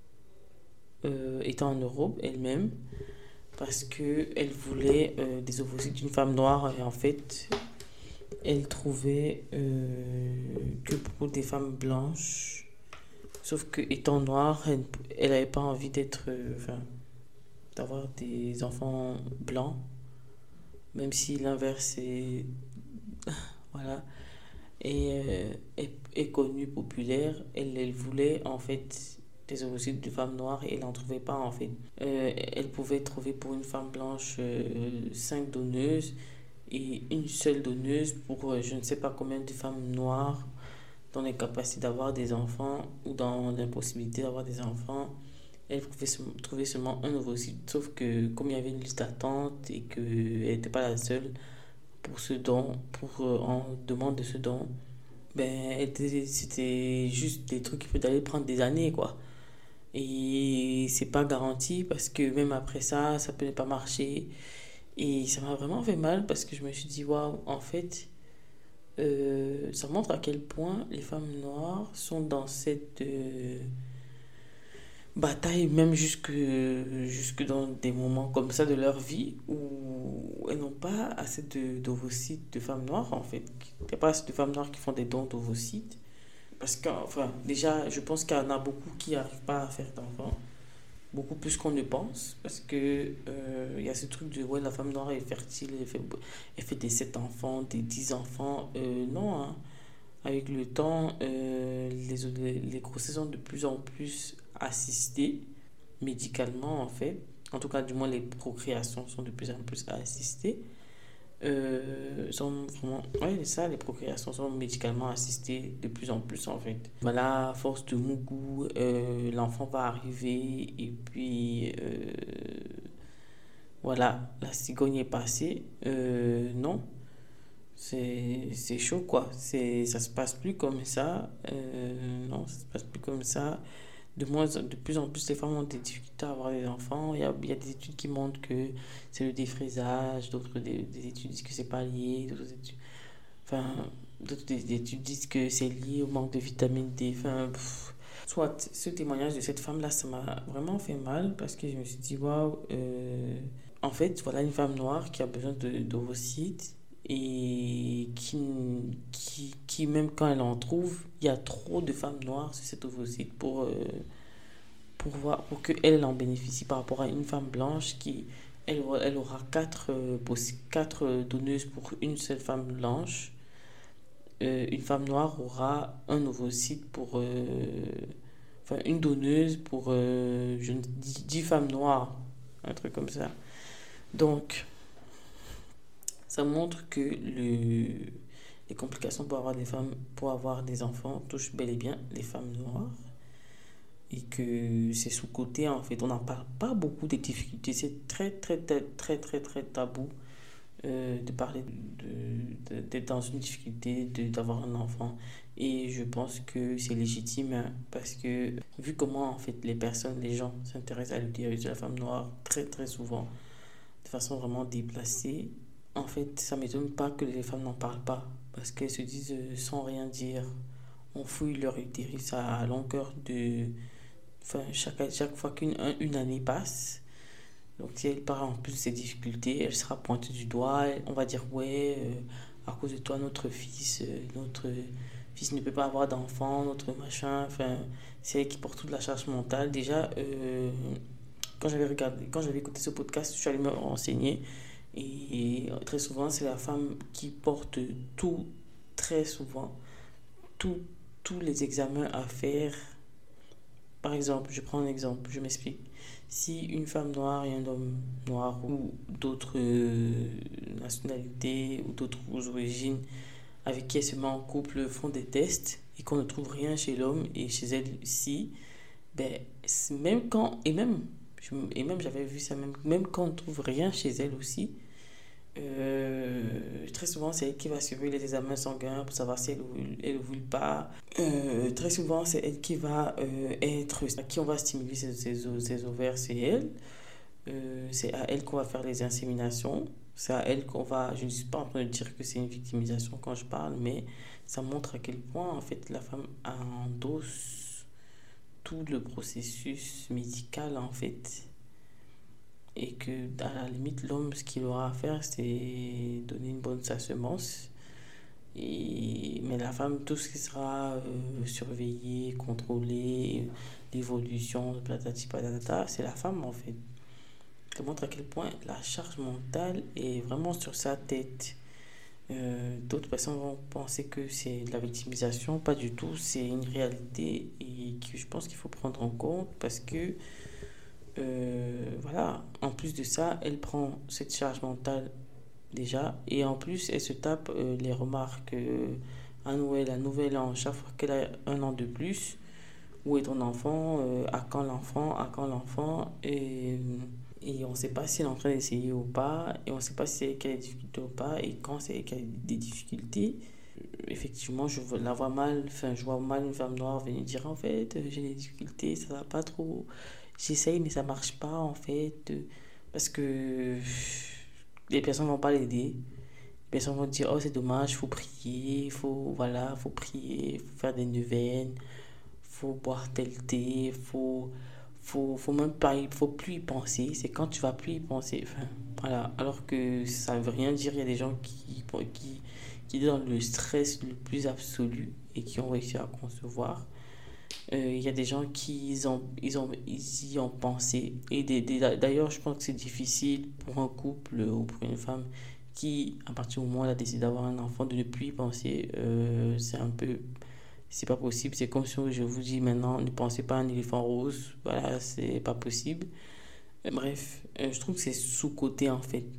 euh, étant en Europe elle-même parce qu'elle voulait euh, des ovocytes d'une femme noire et en fait elle trouvait euh, que pour des femmes blanches, sauf que étant noire, elle n'avait pas envie d'être, euh, enfin, d'avoir des enfants blancs, même si l'inverse est, voilà, et euh, est, est connu, populaire. Elle, elle voulait en fait des ovocytes de femmes noires et elle n'en trouvait pas en fait. Euh, elle pouvait trouver pour une femme blanche euh, cinq donneuses et une seule donneuse pour euh, je ne sais pas combien de femmes noires dans l'incapacité d'avoir des enfants ou dans l'impossibilité d'avoir des enfants. Elle pouvait se, trouver seulement un ovocyte, sauf que comme il y avait une liste d'attente et qu'elle n'était pas la seule pour ce don, pour euh, en demande de ce don, ben elle était- c'était juste des trucs qui peuvent aller prendre des années quoi. Et c'est pas garanti parce que même après ça, ça peut ne pas marcher. Et ça m'a vraiment fait mal parce que je me suis dit, waouh, en fait, euh, ça montre à quel point les femmes noires sont dans cette euh, bataille, même jusque, jusque dans des moments comme ça de leur vie où elles n'ont pas assez de, d'ovocytes de femmes noires, en fait. Il n'y a pas assez de femmes noires qui font des dons d'ovocytes. Parce que, enfin, déjà, je pense qu'il y en a beaucoup qui n'arrivent pas à faire d'enfants. Beaucoup plus qu'on ne pense parce que euh, il y a ce truc de ouais la femme noire est fertile, elle fait, elle fait des sept enfants, des dix enfants. Euh, non, hein. Avec le temps euh, les, les, les grossesses sont de plus en plus assistées médicalement en fait, en tout cas du moins les procréations sont de plus en plus assistées. Euh, sont vraiment ouais c'est ça, les procréations sont médicalement assistées de plus en plus en fait. Voilà, à force de mougou euh, l'enfant va arriver et puis euh, voilà, la cigogne est passée. Euh, non, c'est c'est chaud quoi, c'est ça se passe plus comme ça. Euh, non, ça se passe plus comme ça. De moins, de plus en plus, les femmes ont des difficultés à avoir des enfants. Il y a, il y a des études qui montrent que c'est le défrisage, d'autres des, des études disent que c'est pas lié, d'autres études, enfin, d'autres des études disent que c'est lié au manque de vitamine D. Enfin, pff. Soit ce témoignage de cette femme-là, ça m'a vraiment fait mal parce que je me suis dit, waouh, euh, en fait, voilà une femme noire qui a besoin de, d'ovocytes et qui, qui, qui, même quand elle en trouve, il y a trop de femmes noires sur cet ovocyte pour, euh, pour, voir, pour qu'elle elle en bénéficie par rapport à une femme blanche qui, elle, aura- elle aura quatre, euh, possi- quatre donneuses pour une seule femme blanche. Euh, une femme noire aura un ovocyte pour... euh, enfin, une donneuse pour euh, je ne dis, dix femmes noires. Un truc comme ça. Donc, ça montre que le, les complications pour avoir des femmes, pour avoir des enfants touchent bel et bien les femmes noires et que c'est sous-coté en fait. On n'en parle pas beaucoup des difficultés. C'est très, très, très, très, très, très tabou euh, de parler de, de- d'être dans une difficulté, de, d'avoir un enfant. Et je pense que c'est légitime hein, parce que vu comment en fait les personnes, les gens s'intéressent à l'utérus de la femme noire très, très souvent, de façon vraiment déplacée, en fait, ça ne m'étonne pas que les femmes n'en parlent pas parce qu'elles se disent euh, sans rien dire. On fouille leur utérus à longueur de, enfin, chaque, chaque fois qu'une un- une année passe, donc si elle part en plus de ses difficultés, elle sera pointée du doigt. Elle- On va dire, ouais, euh, à cause de toi, notre fils, euh, notre fils ne peut pas avoir d'enfant, notre machin. Enfin, c'est elle qui porte toute la charge mentale. Déjà, euh, quand j'avais regardé, quand j'avais écouté ce podcast, je suis allée me renseigner. Et très souvent, c'est la femme qui porte tout, très souvent, tout, tous les examens à faire. Par exemple, je prends un exemple, je m'explique. Si une femme noire et un homme noir ou d'autres euh, nationalités ou d'autres origines avec qui elle se met en couple font des tests et qu'on ne trouve rien chez l'homme et chez elle aussi, ben, même quand, et même, je- et même j'avais vu ça, même, même quand on ne trouve rien chez elle aussi, euh, très souvent, c'est elle qui va suivre les examens sanguins pour savoir si elle ovule, elle ovule pas. Euh, très souvent, c'est elle qui va euh, être, à qui on va stimuler ses, ses, o- ses ovaires, c'est elle. Euh, c'est à elle qu'on va faire les inséminations. C'est à elle qu'on va. Je ne suis pas en train de dire que c'est une victimisation quand je parle, mais ça montre à quel point, en fait, la femme endosse tout le processus médical, en fait. Et que, à la limite, l'homme, ce qu'il aura à faire, c'est donner une bonne semence. Et, mais la femme, tout ce qui sera euh, surveillé, contrôlé, l'évolution, patati patata, c'est la femme en fait. Ça montre à quel point la charge mentale est vraiment sur sa tête. Euh, d'autres personnes vont penser que c'est de la victimisation, pas du tout, c'est une réalité et que je pense qu'il faut prendre en compte parce que euh, voilà, en plus de ça, elle prend cette charge mentale déjà, et en plus, elle se tape euh, les remarques euh, à Noël, à Nouvel An, chaque fois qu'elle a un an de plus. Où est ton enfant? Euh, à quand l'enfant? À quand l'enfant? Et, et on ne sait pas si elle est en train d'essayer ou pas, et on ne sait pas si c'est elle qui a des difficultés ou pas, et quand c'est elle qui a des difficultés. Effectivement, je la vois mal, enfin, je vois mal une femme noire venir dire en fait, euh, j'ai des difficultés, ça va pas trop. J'essaye, mais ça marche pas en fait. euh, Parce que les personnes vont pas l'aider. Les personnes vont dire, oh, c'est dommage, faut prier, faut, voilà, faut prier, faut faire des neuvaines, faut boire tel thé, faut, faut, faut même pas, y- faut plus y penser. C'est quand tu vas plus y penser. Enfin, voilà. Alors que ça veut rien dire. Il y a des gens qui, qui, qui sont dans le stress le plus absolu et qui ont réussi à concevoir. Euh, Il y a des gens qui ils ont, ils ont, ils y ont pensé. Et des- des- d'ailleurs, je pense que c'est difficile pour un couple ou pour une femme qui, à partir du moment où elle a décidé d'avoir un enfant, de ne plus y penser. Euh, c'est un peu c'est pas possible. C'est comme si je vous dis maintenant, ne pensez pas à un éléphant rose. Voilà, c'est pas possible. Euh, Bref, euh, je trouve que c'est sous-coté en fait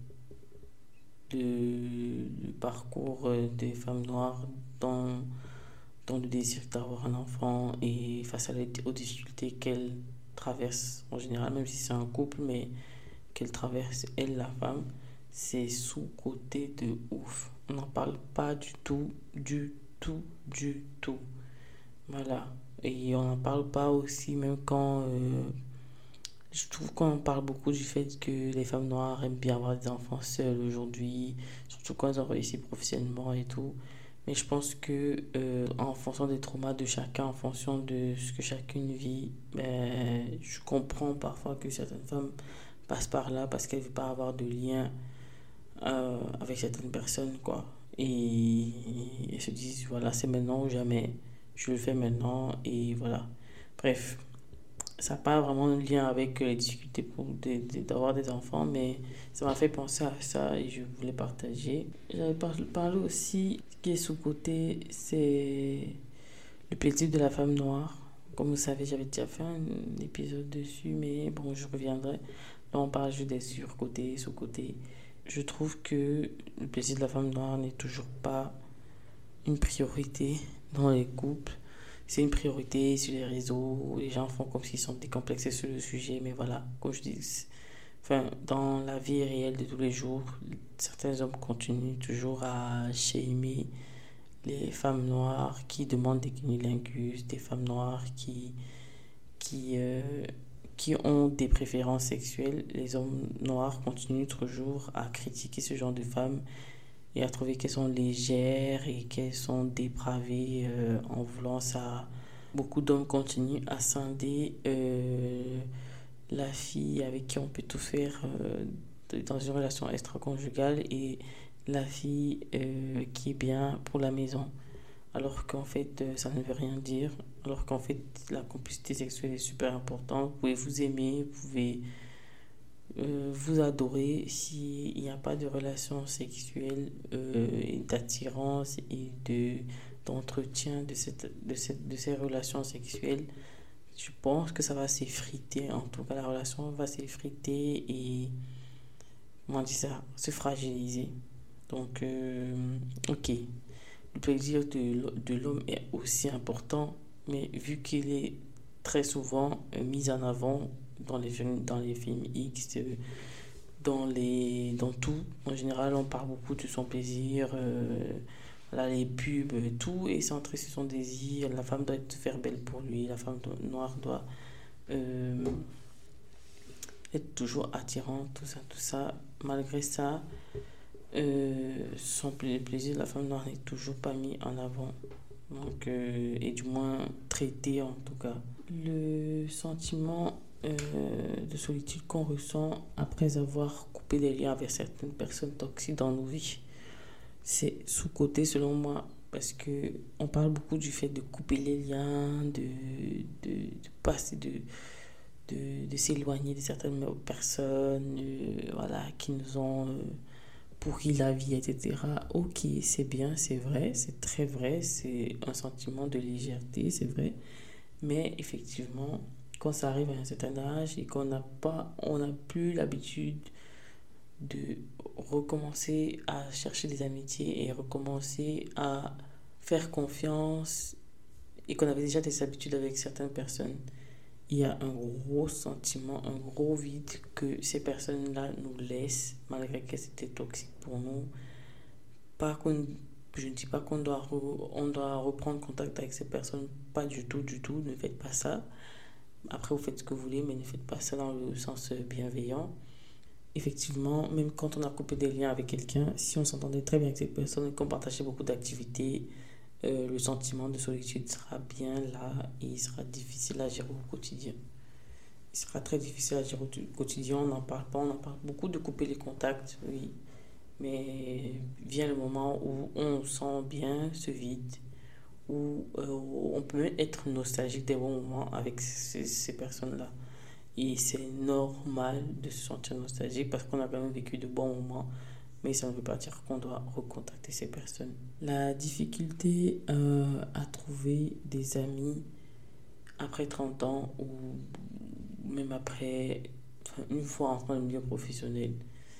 le, le parcours euh, des femmes noires dans, dans le désir d'avoir un enfant et face à la- aux difficultés qu'elles traversent en général, même si c'est un couple, mais qu'elle traverse, elle, la femme, c'est sous-coté de ouf. On n'en parle pas du tout, du tout, du tout. Voilà. Et on n'en parle pas aussi, même quand. Euh, je trouve qu'on parle beaucoup du fait que les femmes noires aiment bien avoir des enfants seules aujourd'hui, surtout quand elles ont réussi professionnellement et tout. Mais je pense que, euh, en fonction des traumas de chacun, en fonction de ce que chacune vit, ben, je comprends parfois que certaines femmes passent par là parce qu'elles ne veulent pas avoir de lien euh, avec certaines personnes, quoi. Et elles se disent, voilà, c'est maintenant ou jamais. Je le fais maintenant et voilà. Bref, ça n'a pas vraiment de lien avec les difficultés pour de- de- d'avoir des enfants, mais ça m'a fait penser à ça et je voulais partager. J'avais par- parlé aussi, ce qui est sous-côté, c'est le plaisir de la femme noire. Comme vous savez, j'avais déjà fait un épisode dessus, mais bon, je reviendrai. Là, on parle juste des sur-côtés, sous-côtés. Je trouve que le plaisir de la femme noire n'est toujours pas une priorité dans les couples. C'est une priorité sur les réseaux. Les gens font comme s'ils sont décomplexés sur le sujet. Mais voilà, comme je dis, enfin, dans la vie réelle de tous les jours, certains hommes continuent toujours à shamer les femmes noires qui demandent des cunnilingus, des femmes noires qui, qui, euh, qui ont des préférences sexuelles. Les hommes noirs continuent toujours à critiquer ce genre de femmes et à trouver qu'elles sont légères et qu'elles sont dépravées euh, en voulant ça, Beaucoup d'hommes continuent à scinder euh, la fille avec qui on peut tout faire euh, dans une relation extra-conjugale et la fille euh, qui est bien pour la maison. Alors qu'en fait, euh, ça ne veut rien dire. Alors qu'en fait, la complicité sexuelle est super importante. Vous pouvez vous aimer, vous pouvez euh, vous adorer s'il n'y a pas de relation sexuelle, euh, et d'attirance et de, d'entretien de, cette, de, cette, de ces relations sexuelles. Je pense que ça va s'effriter. En tout cas, la relation va s'effriter et, comment on dit ça, se fragiliser. Donc, euh, ok. Le plaisir de, de l'homme est aussi important, mais vu qu'il est très souvent euh, mis en avant dans les films, dans les films X, euh, dans, les, dans tout, en général, on parle beaucoup de son plaisir, euh, là, les pubs, euh, tout est centré sur son désir. La femme doit être faire belle pour lui, la femme doit- noire doit euh, être toujours attirante, tout ça, tout ça. Malgré ça, euh, son pla- plaisir de la femme noire n'est toujours pas mis en avant. Donc, euh, et du moins traité en tout cas. Le sentiment euh, de solitude qu'on ressent après avoir coupé des liens avec certaines personnes toxiques dans nos vies, c'est sous-coté selon moi. Parce que on parle beaucoup du fait de couper les liens, de, de, de passer de, de, de s'éloigner de certaines personnes, euh, voilà, qui nous ont euh, pourri la vie, et cetera. Ok, c'est bien, c'est vrai, c'est très vrai, c'est un sentiment de légèreté, c'est vrai. Mais effectivement, quand ça arrive à un certain âge et qu'on n'a pas, on n'a plus l'habitude de recommencer à chercher des amitiés et recommencer à faire confiance et qu'on avait déjà des habitudes avec certaines personnes, il y a un gros sentiment, un gros vide que ces personnes-là nous laissent, malgré qu'elles étaient toxiques pour nous. Pas qu'on, je ne dis pas qu'on doit, re- on doit reprendre contact avec ces personnes, pas du tout, du tout, ne faites pas ça. Après, vous faites ce que vous voulez, mais ne faites pas ça dans le sens bienveillant. Effectivement, même quand on a coupé des liens avec quelqu'un, si on s'entendait très bien avec cette personne et qu'on partageait beaucoup d'activités, euh, le sentiment de solitude sera bien là et il sera difficile à gérer au quotidien. Il sera très difficile à gérer au quotidien, on n'en parle pas, on en parle beaucoup de couper les contacts, oui. Mais vient le moment où on sent bien ce vide, où euh, on peut même être nostalgique des bons moments avec ces, ces personnes-là. Et c'est normal de se sentir nostalgique parce qu'on a quand même vécu de bons moments, mais ça ne veut pas dire qu'on doit recontacter ces personnes. La difficulté euh, à trouver des amis après trente ans ou même après, enfin, une fois entré dans le milieu professionnel,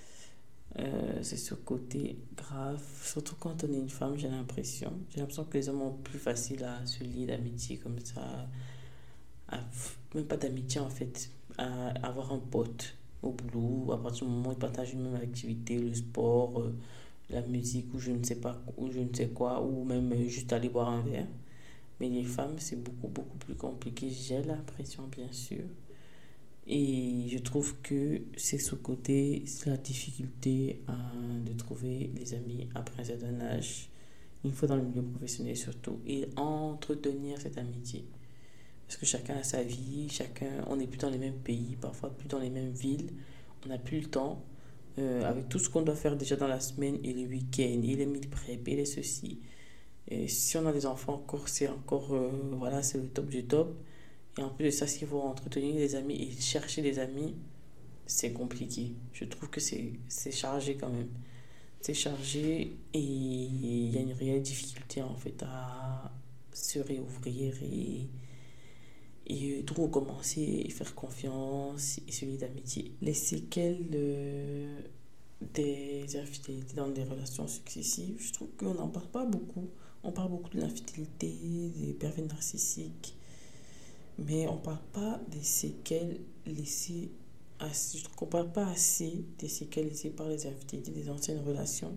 euh, c'est ce côté grave, surtout quand on est une femme, j'ai l'impression. J'ai l'impression que les hommes ont plus facile à se lier d'amitié comme ça, à- même pas d'amitié en fait, à avoir un pote au boulot, à partir du moment où ils partagent une même activité, le sport, euh, la musique ou je ne sais pas, ou je ne sais quoi, ou même euh, juste aller boire un verre. Mais les femmes, c'est beaucoup, beaucoup plus compliqué, j'ai l'impression bien sûr. Et je trouve que c'est ce côté, c'est la difficulté euh, de trouver les amis après un certain âge, une fois dans le milieu professionnel surtout, et entretenir cette amitié. Parce que chacun a sa vie, chacun, on n'est plus dans les mêmes pays, parfois plus dans les mêmes villes, on n'a plus le temps. Euh, avec tout ce qu'on doit faire déjà dans la semaine et les week-ends, et les meal prep, et les ceci. Et si on a des enfants encore, c'est encore, euh, voilà, c'est le top du top. Et en plus de ça, s'il faut entretenir des amis et chercher des amis, c'est compliqué. Je trouve que c'est c'est chargé quand même. C'est chargé et il y a une réelle difficulté en fait à se réouvrir et, et tout recommencer et faire confiance et celui d'amitié. Les séquelles euh, des infidélités dans des relations successives, je trouve qu'on n'en parle pas beaucoup. On parle beaucoup de l'infidélité, des pervers narcissiques, mais on ne parle pas des séquelles laissées. Assez, je trouve qu'on ne parle pas assez des séquelles laissées par les infidélités des anciennes relations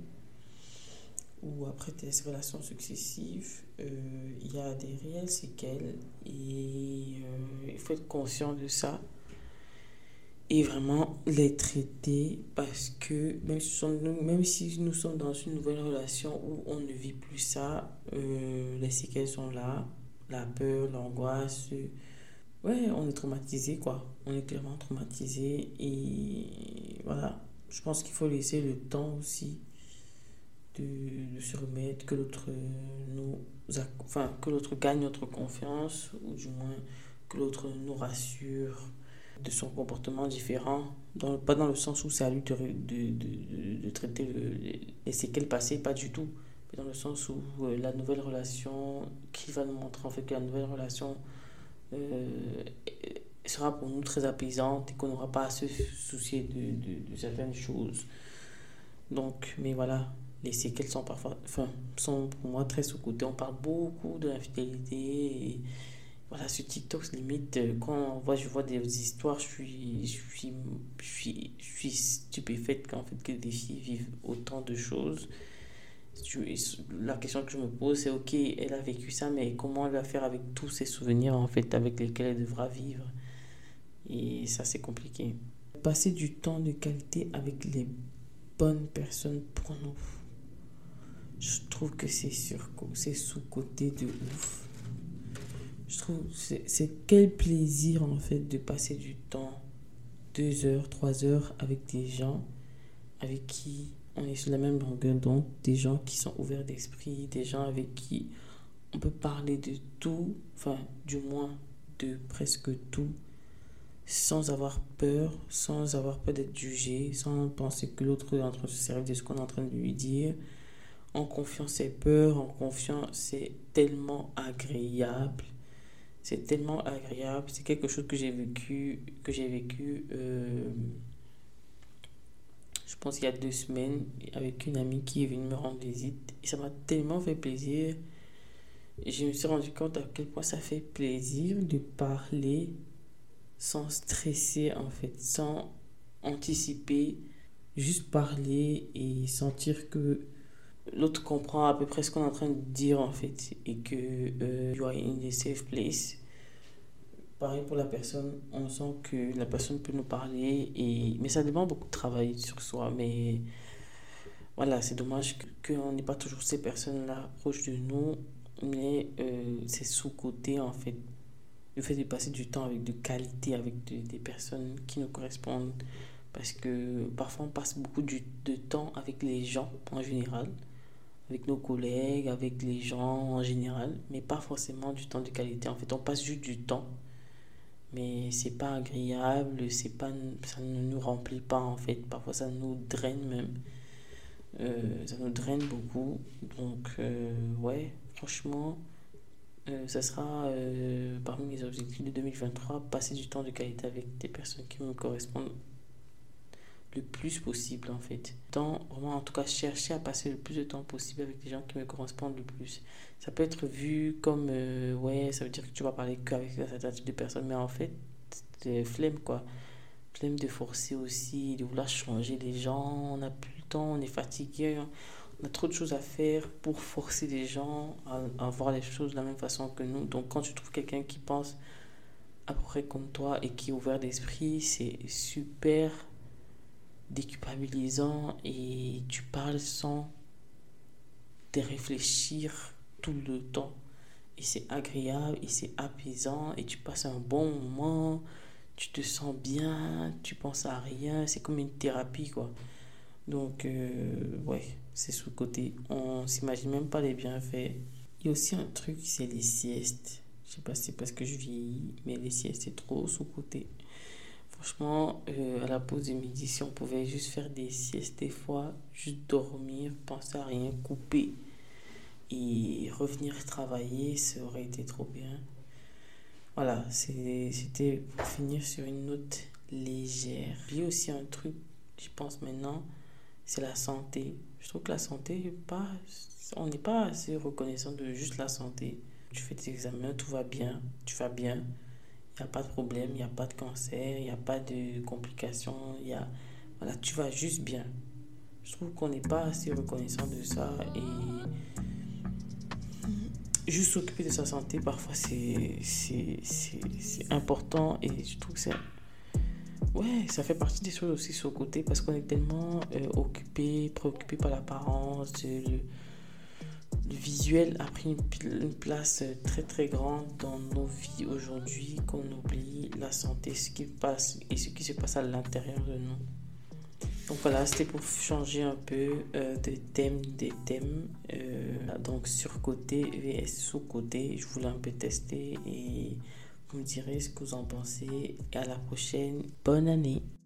ou après des relations successives. Euh, il y a des réelles séquelles et euh, il faut être conscient de ça et vraiment les traiter parce que même si, sont, même si nous sommes dans une nouvelle relation où on ne vit plus ça, euh, les séquelles sont là. la peur, l'angoisse. Ouais, on est traumatisé, quoi. On est clairement traumatisé. Et voilà, je pense qu'il faut laisser le temps aussi de, de se remettre, que l'autre nous, enfin, que l'autre gagne notre confiance, ou du moins que l'autre nous rassure de son comportement différent. Dans, pas dans le sens où c'est à lui de, de, de, de traiter le, les séquelles passées, pas du tout. Mais dans le sens où euh, la nouvelle relation, qui va nous montrer en fait que la nouvelle relation euh, sera pour nous très apaisante et qu'on n'aura pas à se soucier de, de, de certaines choses. Donc, mais voilà, les séquelles sont parfois, enfin, sont pour moi très sous-cotées. On parle beaucoup de l'infidélité et voilà, sur TikTok, limite, quand on voit, je vois des histoires, je suis, je suis, je suis, je suis stupéfaite qu'en fait, que des filles vivent autant de choses. La question que je me pose, c'est ok, elle a vécu ça, mais comment elle va faire avec tous ces souvenirs, en fait, avec lesquels elle devra vivre? Et ça, c'est compliqué. Passer du temps de qualité avec les bonnes personnes pour nous. Je trouve que c'est sur, c'est sous-côté de ouf. Je trouve c'est, c'est quel plaisir en fait de passer du temps, deux heures, trois heures avec des gens avec qui on est sur la même longueur d'onde, des gens qui sont ouverts d'esprit, des gens avec qui on peut parler de tout, enfin du moins de presque tout, sans avoir peur, sans avoir peur d'être jugé, sans penser que l'autre est en train de se servir de ce qu'on est en train de lui dire. En confiant ses peurs, en confiant, c'est tellement agréable. C'est tellement agréable. C'est quelque chose que j'ai vécu, que j'ai vécu, euh, je pense il y a deux semaines, avec une amie qui est venue me rendre visite. Et ça m'a tellement fait plaisir. Et je me suis rendu compte à quel point ça fait plaisir de parler sans stresser, en fait, sans anticiper, juste parler et sentir que l'autre comprend à peu près ce qu'on est en train de dire, en fait, et que euh, you are in a safe place. Pareil pour la personne, on sent que la personne peut nous parler, et mais ça demande beaucoup de travail sur soi. Mais voilà, c'est dommage que- qu'on n'ait pas toujours ces personnes-là proches de nous, mais euh, c'est sous-côté, en fait. Le fait de passer du temps avec de qualité, avec de- des personnes qui nous correspondent, parce que parfois on passe beaucoup du- de temps avec les gens en général, avec nos collègues, avec les gens en général, mais pas forcément du temps de qualité. En fait, on passe juste du temps, mais c'est pas agréable, c'est pas, ça ne nous remplit pas en fait. Parfois, ça nous draine même. Euh, ça nous draine beaucoup. Donc, euh, ouais, franchement, euh, ça sera euh, parmi mes objectifs de deux mille vingt-trois, passer du temps de qualité avec des personnes qui me correspondent le plus possible en fait. Temps, vraiment en tout cas chercher à passer le plus de temps possible avec des gens qui me correspondent le plus. Ça peut être vu comme euh, ouais, ça veut dire que tu vas parler qu'avec un certain type de personnes, mais en fait, c'est flemme quoi. Flemme de forcer aussi, de vouloir changer les gens. On n'a plus le temps, on est fatigué, on a trop de choses à faire pour forcer les gens à, à voir les choses de la même façon que nous. Donc quand tu trouves quelqu'un qui pense à peu près comme toi et qui est ouvert d'esprit, c'est super déculpabilisant et tu parles sans te réfléchir tout le temps. Et c'est agréable et c'est apaisant et tu passes un bon moment, tu te sens bien, tu penses à rien, c'est comme une thérapie quoi. Donc, euh, ouais, c'est sous-côté. On s'imagine même pas les bienfaits. Il y a aussi un truc, c'est les siestes. Je sais pas si c'est parce que je vieillis, mais les siestes, c'est trop sous-côté. Franchement, euh, à la pause de midi, si on pouvait juste faire des siestes des fois, juste dormir, penser à rien, couper et revenir travailler, ça aurait été trop bien. Voilà, c'est- c'était pour finir sur une note légère. Il y a aussi un truc, je pense maintenant, c'est la santé. Je trouve que la santé, pas, on n'est pas assez reconnaissant de juste la santé. Tu fais tes examens, tout va bien, tu vas bien. Il n'y a pas de problème, il n'y a pas de cancer, il n'y a pas de complications. Il y a, voilà, tu vas juste bien. Je trouve qu'on n'est pas assez reconnaissant de ça. Et juste s'occuper de sa santé, parfois, c'est, c'est, c'est, c'est important. Et je trouve que c'est... Ouais, ça fait partie des choses aussi sur le côté parce qu'on est tellement euh, occupé, préoccupé par l'apparence, le, le visuel a pris une, une place très très grande dans nos vies aujourd'hui, qu'on oublie la santé, ce qui passe et ce qui se passe à l'intérieur de nous. Donc voilà, c'était pour changer un peu euh, de thème, des thèmes. Euh, donc sur-côté vs sous-côté, je voulais un peu tester et vous me direz ce que vous en pensez. Et à la prochaine. Bonne année!